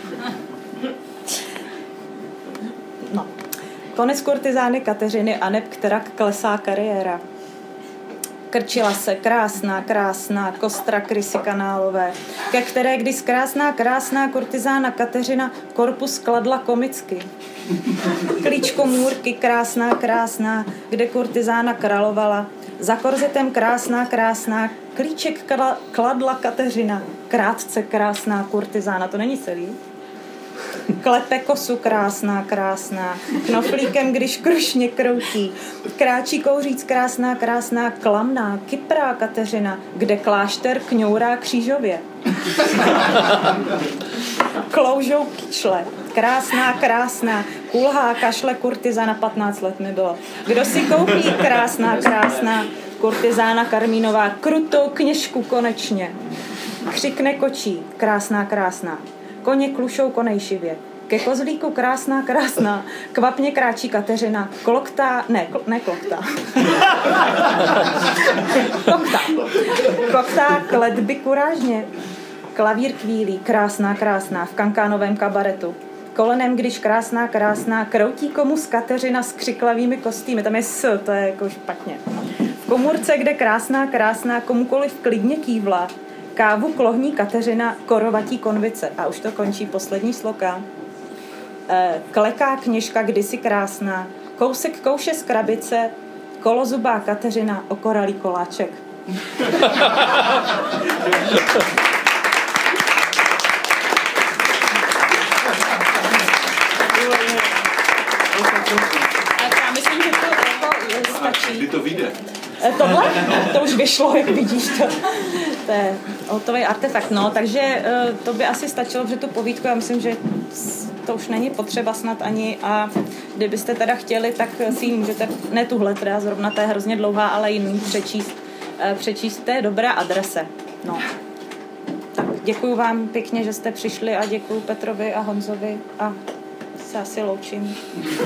No. Konec kurtizány Kateřiny aneb kterak klesá kariéra. Krčila se krásná kostra Krysy Kanálové, ke které když krásná kurtizána Kateřina korpus kladla komicky. Klíč komůrky krásná, kde kurtizána královala, za korzetem krásná, klíček kladla Kateřina, krátce krásná kurtizána, to není celý. Klepe kosu krásná, knoflíkem, když krušně kroutí. Kráčí kouříc krásná, klamná, kyprá Kateřina, kde klášter kňourá křížově. Kloužou kyčle, krásná, kulhá kašle kurtizána, 15 let mi bylo. Kdo si koupí krásná, kurtizána Karmínová, krutou kněžku konečně. Křikne kočí, krásná, koně klušou konejšivě. Ke kozlíku krásná, kvapně kráčí Kateřina, kloktá. Kloktá kletby kurážně. Klavír kvílí, krásná, v kankánovém kabaretu. Kolenem, když krásná, kroutí komus Kateřina s křiklavými kostýmy. Tam je s, to je jako špatně. V komůrce, kde krásná, komukoliv klidně kývla, Kávu klohní Kateřina, korovatí konvice. A už to končí poslední sloka. Kleká kněžka kdysi krásná, kousek kouše z krabice, kolozubá Kateřina, okoralý koláček. Tak já myslím, že to jako stačí. Kdy to vyjde? Tohle? To už vyšlo, jak vidíš. To je hotový artefakt. No, takže to by asi stačilo, protože tu povídku, já myslím, že to už není potřeba snad ani, a kdybyste teda chtěli, tak si ji můžete, ne tuhle teda, zrovna ta je hrozně dlouhá, ale jiný přečíst té dobré adrese. No. Tak děkuju vám pěkně, že jste přišli a děkuju Petrovi a Honzovi a se asi loučím.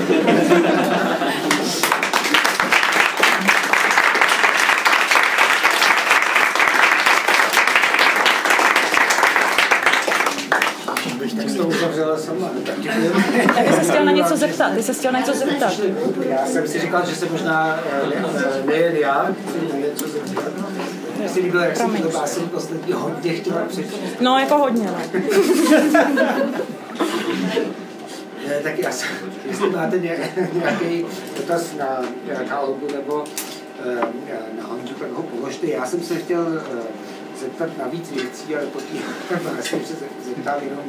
To uzavřela sama. Tak ty se chtěl na něco zeptat. Já jsem si říkal, že se možná nejen já chci něco zeptat. Mně si líbilo, jak jsem to básně poslední hodně chtěla přečíst. No, jako hodně, no. Tak já jsem, jestli máte nějaký dotaz na Olgu nebo na Honzu, tak ho položte. Já jsem se chtěl zeptat na víc věcí, ale potom vlastně se zeptal jenom.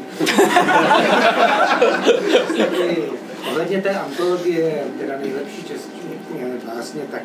Ohledně té antologie, teda nejlepší český vlastně, tak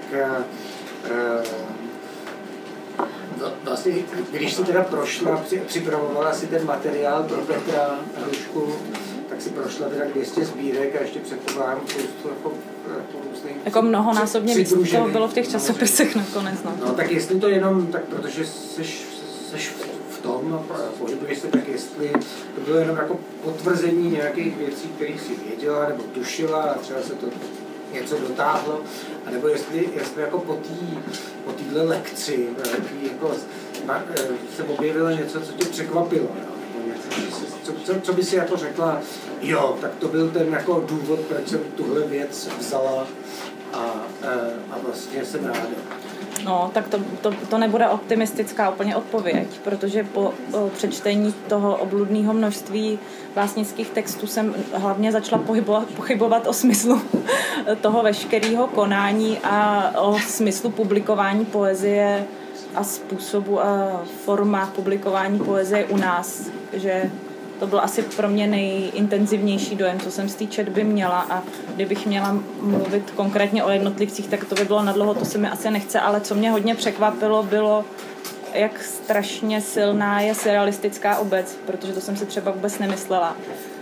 vlastně, když si teda prošla, připravovala si ten materiál pro Petra Hrušku, tak si prošla teda 200 sbírek a ještě předpokládám spoustu jako mnohonásobně víc toho bylo v těch časopisech nakonec. No tak jestli to jenom, tak protože seš v tom, pohybuješ se, tak jestli to bylo jenom jako potvrzení nějakých věcí, kterých si věděla nebo tušila a třeba se to něco dotáhlo, anebo jestli jako po téhle lekci jako se objevilo něco, co tě překvapilo, nebo něco, co by si jako řekla, jo, tak to byl ten jako důvod, proč jsem tuhle věc vzala a vlastně jsem ráda. No, tak to nebude optimistická úplně odpověď, protože po přečtení toho obludného množství básnických textů jsem hlavně začala pochybovat o smyslu toho veškerého konání a o smyslu publikování poezie a způsobu a formách publikování poezie u nás, že to byl asi pro mě nejintenzivnější dojem, co jsem z té četby měla, a kdybych měla mluvit konkrétně o jednotlivcích, tak to by bylo nadlouho, to se mi asi nechce, ale co mě hodně překvapilo, bylo, jak strašně silná je surrealistická obec, protože to jsem si třeba vůbec nemyslela.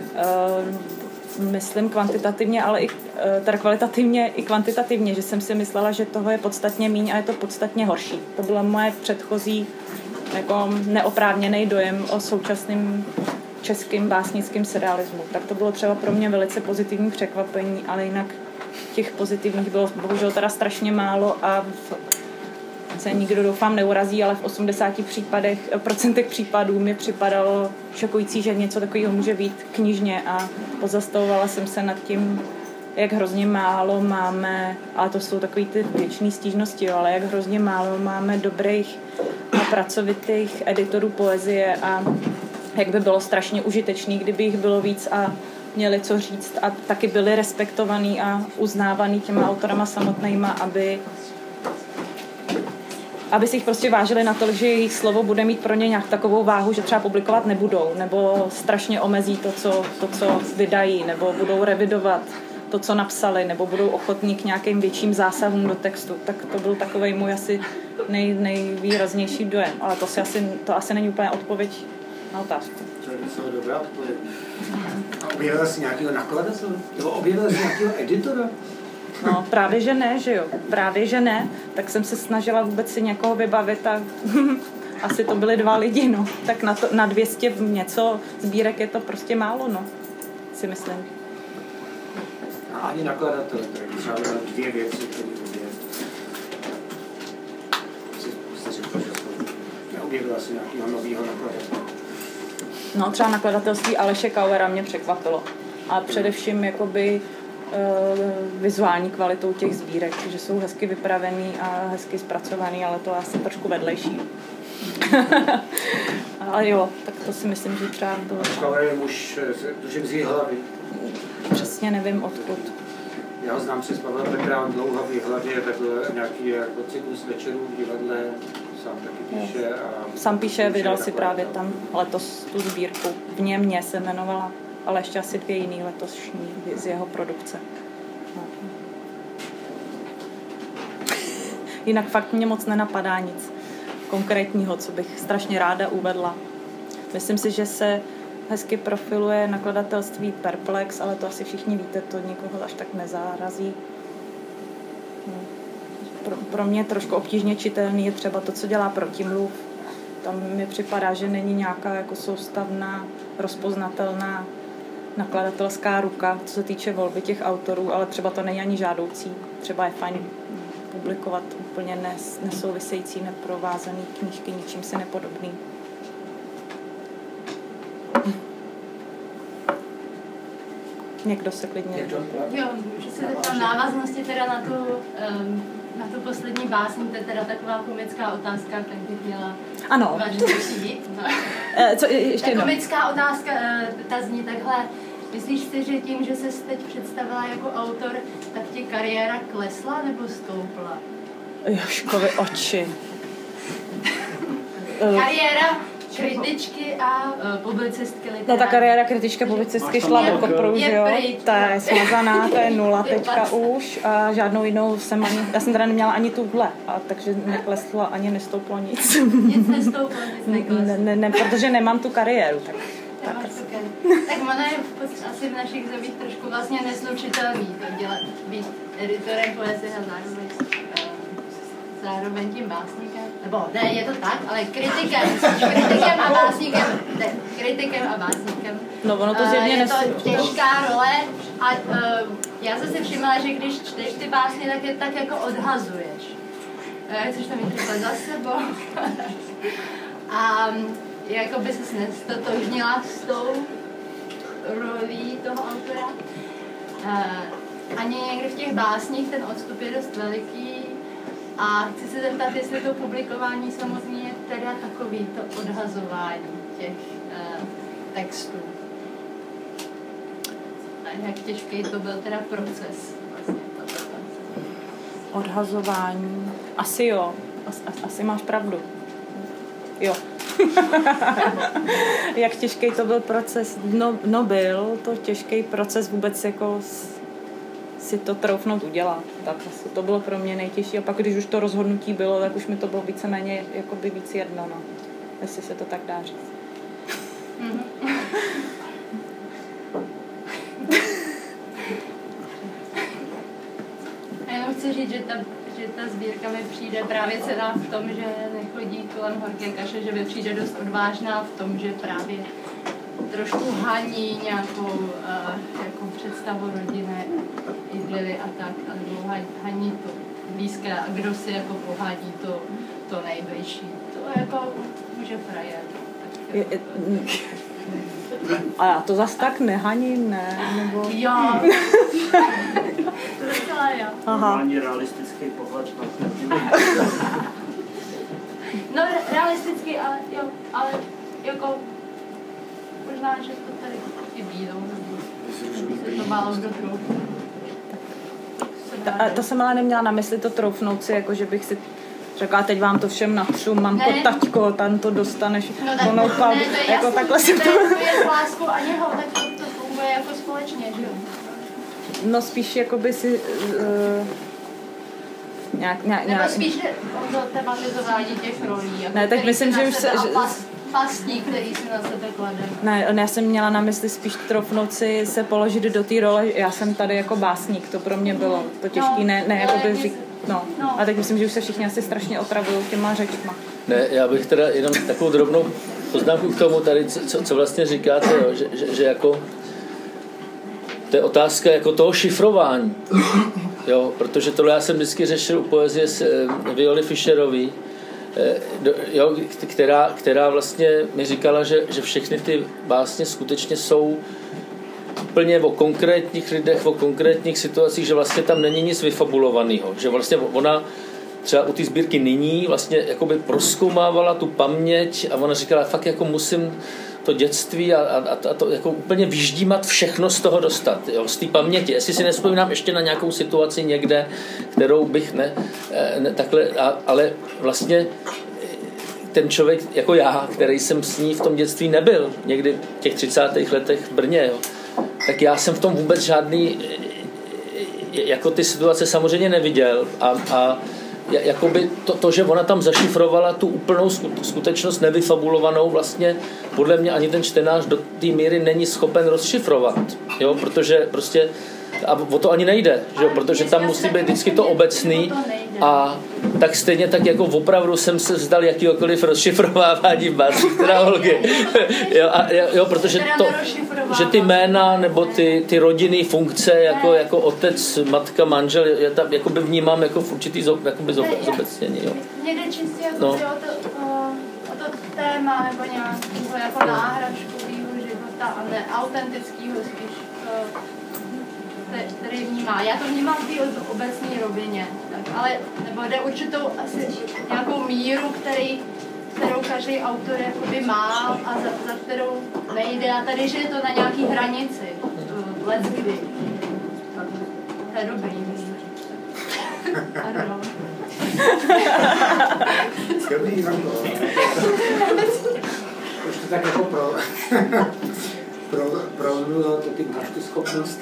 Myslím kvantitativně, ale i teda kvalitativně i kvantitativně, že jsem si myslela, že toho je podstatně míň a je to podstatně horší. To byla moje předchozí jako neoprávněný dojem o současném českým básnickým surrealismu. Tak to bylo třeba pro mě velice pozitivní překvapení, ale jinak těch pozitivních bylo bohužel teda strašně málo a se nikdo doufám neurazí, ale v 80% případů mi připadalo šokující, že něco takového může být knižně, a pozastavovala jsem se nad tím, jak hrozně málo máme, ale to jsou takový ty věčný stížnosti, ale jak hrozně málo máme dobrých a pracovitých editorů poezie a jak by bylo strašně užitečný, kdyby jich bylo víc a měli co říct a taky byli respektovaný a uznávaný těma autorama samotnýma, aby si jich prostě vážili natolik, že jejich slovo bude mít pro ně nějak takovou váhu, že třeba publikovat nebudou, nebo strašně omezí to, co vydají, nebo budou revidovat to, co napsali, nebo budou ochotní k nějakým větším zásahům do textu. Tak to byl takovej můj asi nejvýraznější dojem. Ale to asi není úplně odpověď na otázku. To je docela dobrá odpověď. A objevila jsi nějakého nakladatele? Nebo objevila jsi nějakého editora? No, právě že ne, že jo. Právě že ne. Tak jsem se snažila vůbec si někoho vybavit a asi to byly 2 lidi, no. Tak na 200 něco sbírek je to prostě málo, no. Si myslím. A ani nakladatele, tak třeba 2 věci, které neobjevila si nějakého nového nakladatele. No, třeba nakladatelství Aleše Kauera mě překvapilo. A především jakoby vizuální kvalitou těch sbírek, že jsou hezky vypravený a hezky zpracovaný, ale to je asi trošku vedlejší. Ale jo, tak to si myslím, že třeba bylo. Škaver je muž, tuším z Jihlavy. Přesně nevím odkud. Já ho znám přes Pavla Petra, on dlouho v Jihlavě, takhle nějaký jako cyklus večerů v divadle, sám taky píše. Sám píše, vydal si právě tam letos tu sbírku. V Němě se jmenovala, ale ještě asi 2 jiný letošní z jeho produkce. No. Jinak fakt mě moc nenapadá nic konkrétního, co bych strašně ráda uvedla. Myslím si, že se hezky profiluje nakladatelství Perplex, ale to asi všichni víte, to nikoho až tak nezarazí. Pro mě trošku obtížně čitelný je třeba to, co dělá Protimluv. Tam mi připadá, že není nějaká jako soustavná, rozpoznatelná nakladatelská ruka, co se týče volby těch autorů, ale třeba to není ani žádoucí. Třeba je fajn publikovat úplně nesouvisející, neprovázaný knížky, ničím si nepodobný. Někdo se klidně... Jo, že se zeptám návaznosti teda na tu poslední básní, to je teda taková komická otázka, tak bych měla vážně přijít. No. Co, ještě ta komická otázka, ta zní takhle. Myslíš si, že tím, že ses teď představila jako autor, tak ti kariéra klesla nebo stoupla? Jožkovi oči. Kariéra kritičky a publicistky literární. No ta kariéra kritičky a publicistky šla do kopru, že jo? Ta je smazaná, to je 0 teďka už a žádnou jinou já jsem teda neměla ani tuhle, takže nekleslo ani nestouplo nic. Nic nestouplo, nic nekleslo. Ne, protože nemám tu kariéru, tak ono je asi v našich zemích trošku vlastně neslučitelný to dělat, být editorem poezie a zároveň tím básníkem. Nebo ne, je to tak, ale kritikem a básníkem. No ono to zjevně je to těžká role a já jsem si všimla, že když čteš ty básně, tak je tak jako odhazuješ. Chceš to mít takhle za sebou. A jako by ses nestotožnila s tou rolí toho autora. Ani někdy v těch básních ten odstup je dost veliký a chci se zeptat, jestli to publikování samozřejmě je teda takový to odhazování těch textů. A jak těžký to byl teda proces vlastně. Odhazování. Asi jo. Asi máš pravdu. Jo. Jak těžký to byl proces? No byl to těžký proces vůbec jako si to troufnout udělat. Tak asi to bylo pro mě nejtěžší. A pak, když už to rozhodnutí bylo, tak už mi to bylo víceméně jakoby víc jedno. No. Jestli se to tak dá říct. A jenom chci říct, že ta sbírka mi přijde právě cená v tom, že nechodí kolem horké kaše, že mi přijde dost odvážná v tom, že právě trošku haní nějakou jako představu rodiny, idyly a tak, a haní to blízké a kdo si jako pohádí to nejbližší. To jako může frajer. A já to zas tak nehaním, ne? Nebo... Jo. To docela jo. Normální realistický pohled na No realistický, ale jo, ale jako možná, že to tady chybí, no. Se to málo kdo troufne. To jsem ale neměla na mysli to troufnout si, jako že bych si řekla, teď vám to všem natřu, mamko, taťko, tam to dostaneš, no, to je jako takhle si to... je s láskou a něho, tak to funguje jako společně, že jo? No spíš jakoby si... Nebo spíš o tematizování těch rolí. Jako ne, tak myslím, že už se... Pastí, který si na sebe klade. Ne, já jsem měla na mysli spíš troufnout si se položit do té role, já jsem tady jako básník, to pro mě bylo to těžký, ne jakoby říct... No. A teď myslím, že už se všichni asi strašně otravují těma řečma. Ne, já bych teda jenom takovou drobnou poznámku k tomu tady, co vlastně říkáte, jo, že jako to je otázka jako toho šifrování, jo, protože tohle já jsem vždycky řešil u poezie s Violy Fischerový, jo, která vlastně mi říkala, že všechny ty básně skutečně jsou plně o konkrétních lidech, o konkrétních situacích, že vlastně tam není nic vyfabulovaného, že vlastně ona třeba u té sbírky Nyní vlastně jakoby prozkoumávala tu paměť a ona říkala, fakt jako musím to dětství a to jako úplně vyždímat všechno z toho dostat, jo, z té paměti. Jestli si nespomínám ještě na nějakou situaci někde, kterou bych takhle, ale vlastně ten člověk jako já, který jsem s ní v tom dětství nebyl, někdy v těch 30. letech v Brně, jo, tak já jsem v tom vůbec žádný jako ty situace samozřejmě neviděl a jakoby to, že ona tam zašifrovala tu úplnou skutečnost nevyfabulovanou, vlastně podle mě ani ten čtenář do té míry není schopen rozšifrovat, jo, protože prostě a o to ani nejde, že jo, protože tam musí být vždycky to obecný a tak stejně tak jako opravdu jsem se vzdal jakýhokoliv rozšifrovávání v básních teda Olgy. jo, protože to, že ty jména nebo ty rodinné funkce jako otec, matka, manžel, já tam jakoby vnímám jako v určitý zobecnění. Jo. Mně jde čistě jako o to téma nebo nějakého jako náhražkovýho života a ne autentického spíš, který vnímá. Já to vnímám v té obecné rovině, tak, ale nebo jde určitou asi nějakou míru, kterou každý autor jakoby má a za kterou nejde. A tady, že je to na nějaký hranici, leckdy. To je dobrý, myslím. Ano. Dobrý, Ivanko. Už to tak jako prolnulo, to ty máš tu schopnost.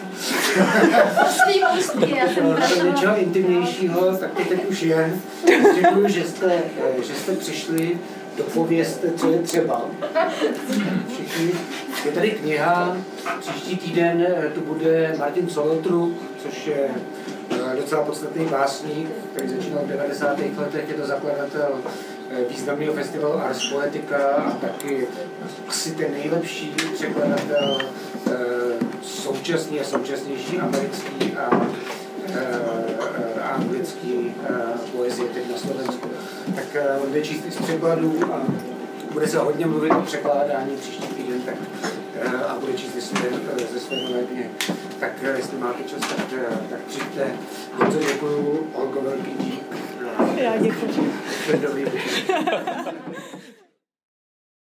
To něčeho intimnějšího, tak to teď už je. Děkuji, že jste přišli, dopovězte, co je třeba. Všichni. Je tady kniha, příští týden tu bude Martin Solotruk, což je docela podstatný básník, který začínal v 90. letech, je to zakladatel významného festivalu Ars Poetica a taky asi ten nejlepší překladatel současný a současnější americký a anglický poezie teď na Slovensku. Tak on bude číst z překladů a bude se hodně mluvit o překládání příští týden, a bude číst ze své nové knihy. Tak jestli máte čas, tak přijďte. Moc děkuju, Olgo, velký dík. Já děkuji. Dobrý.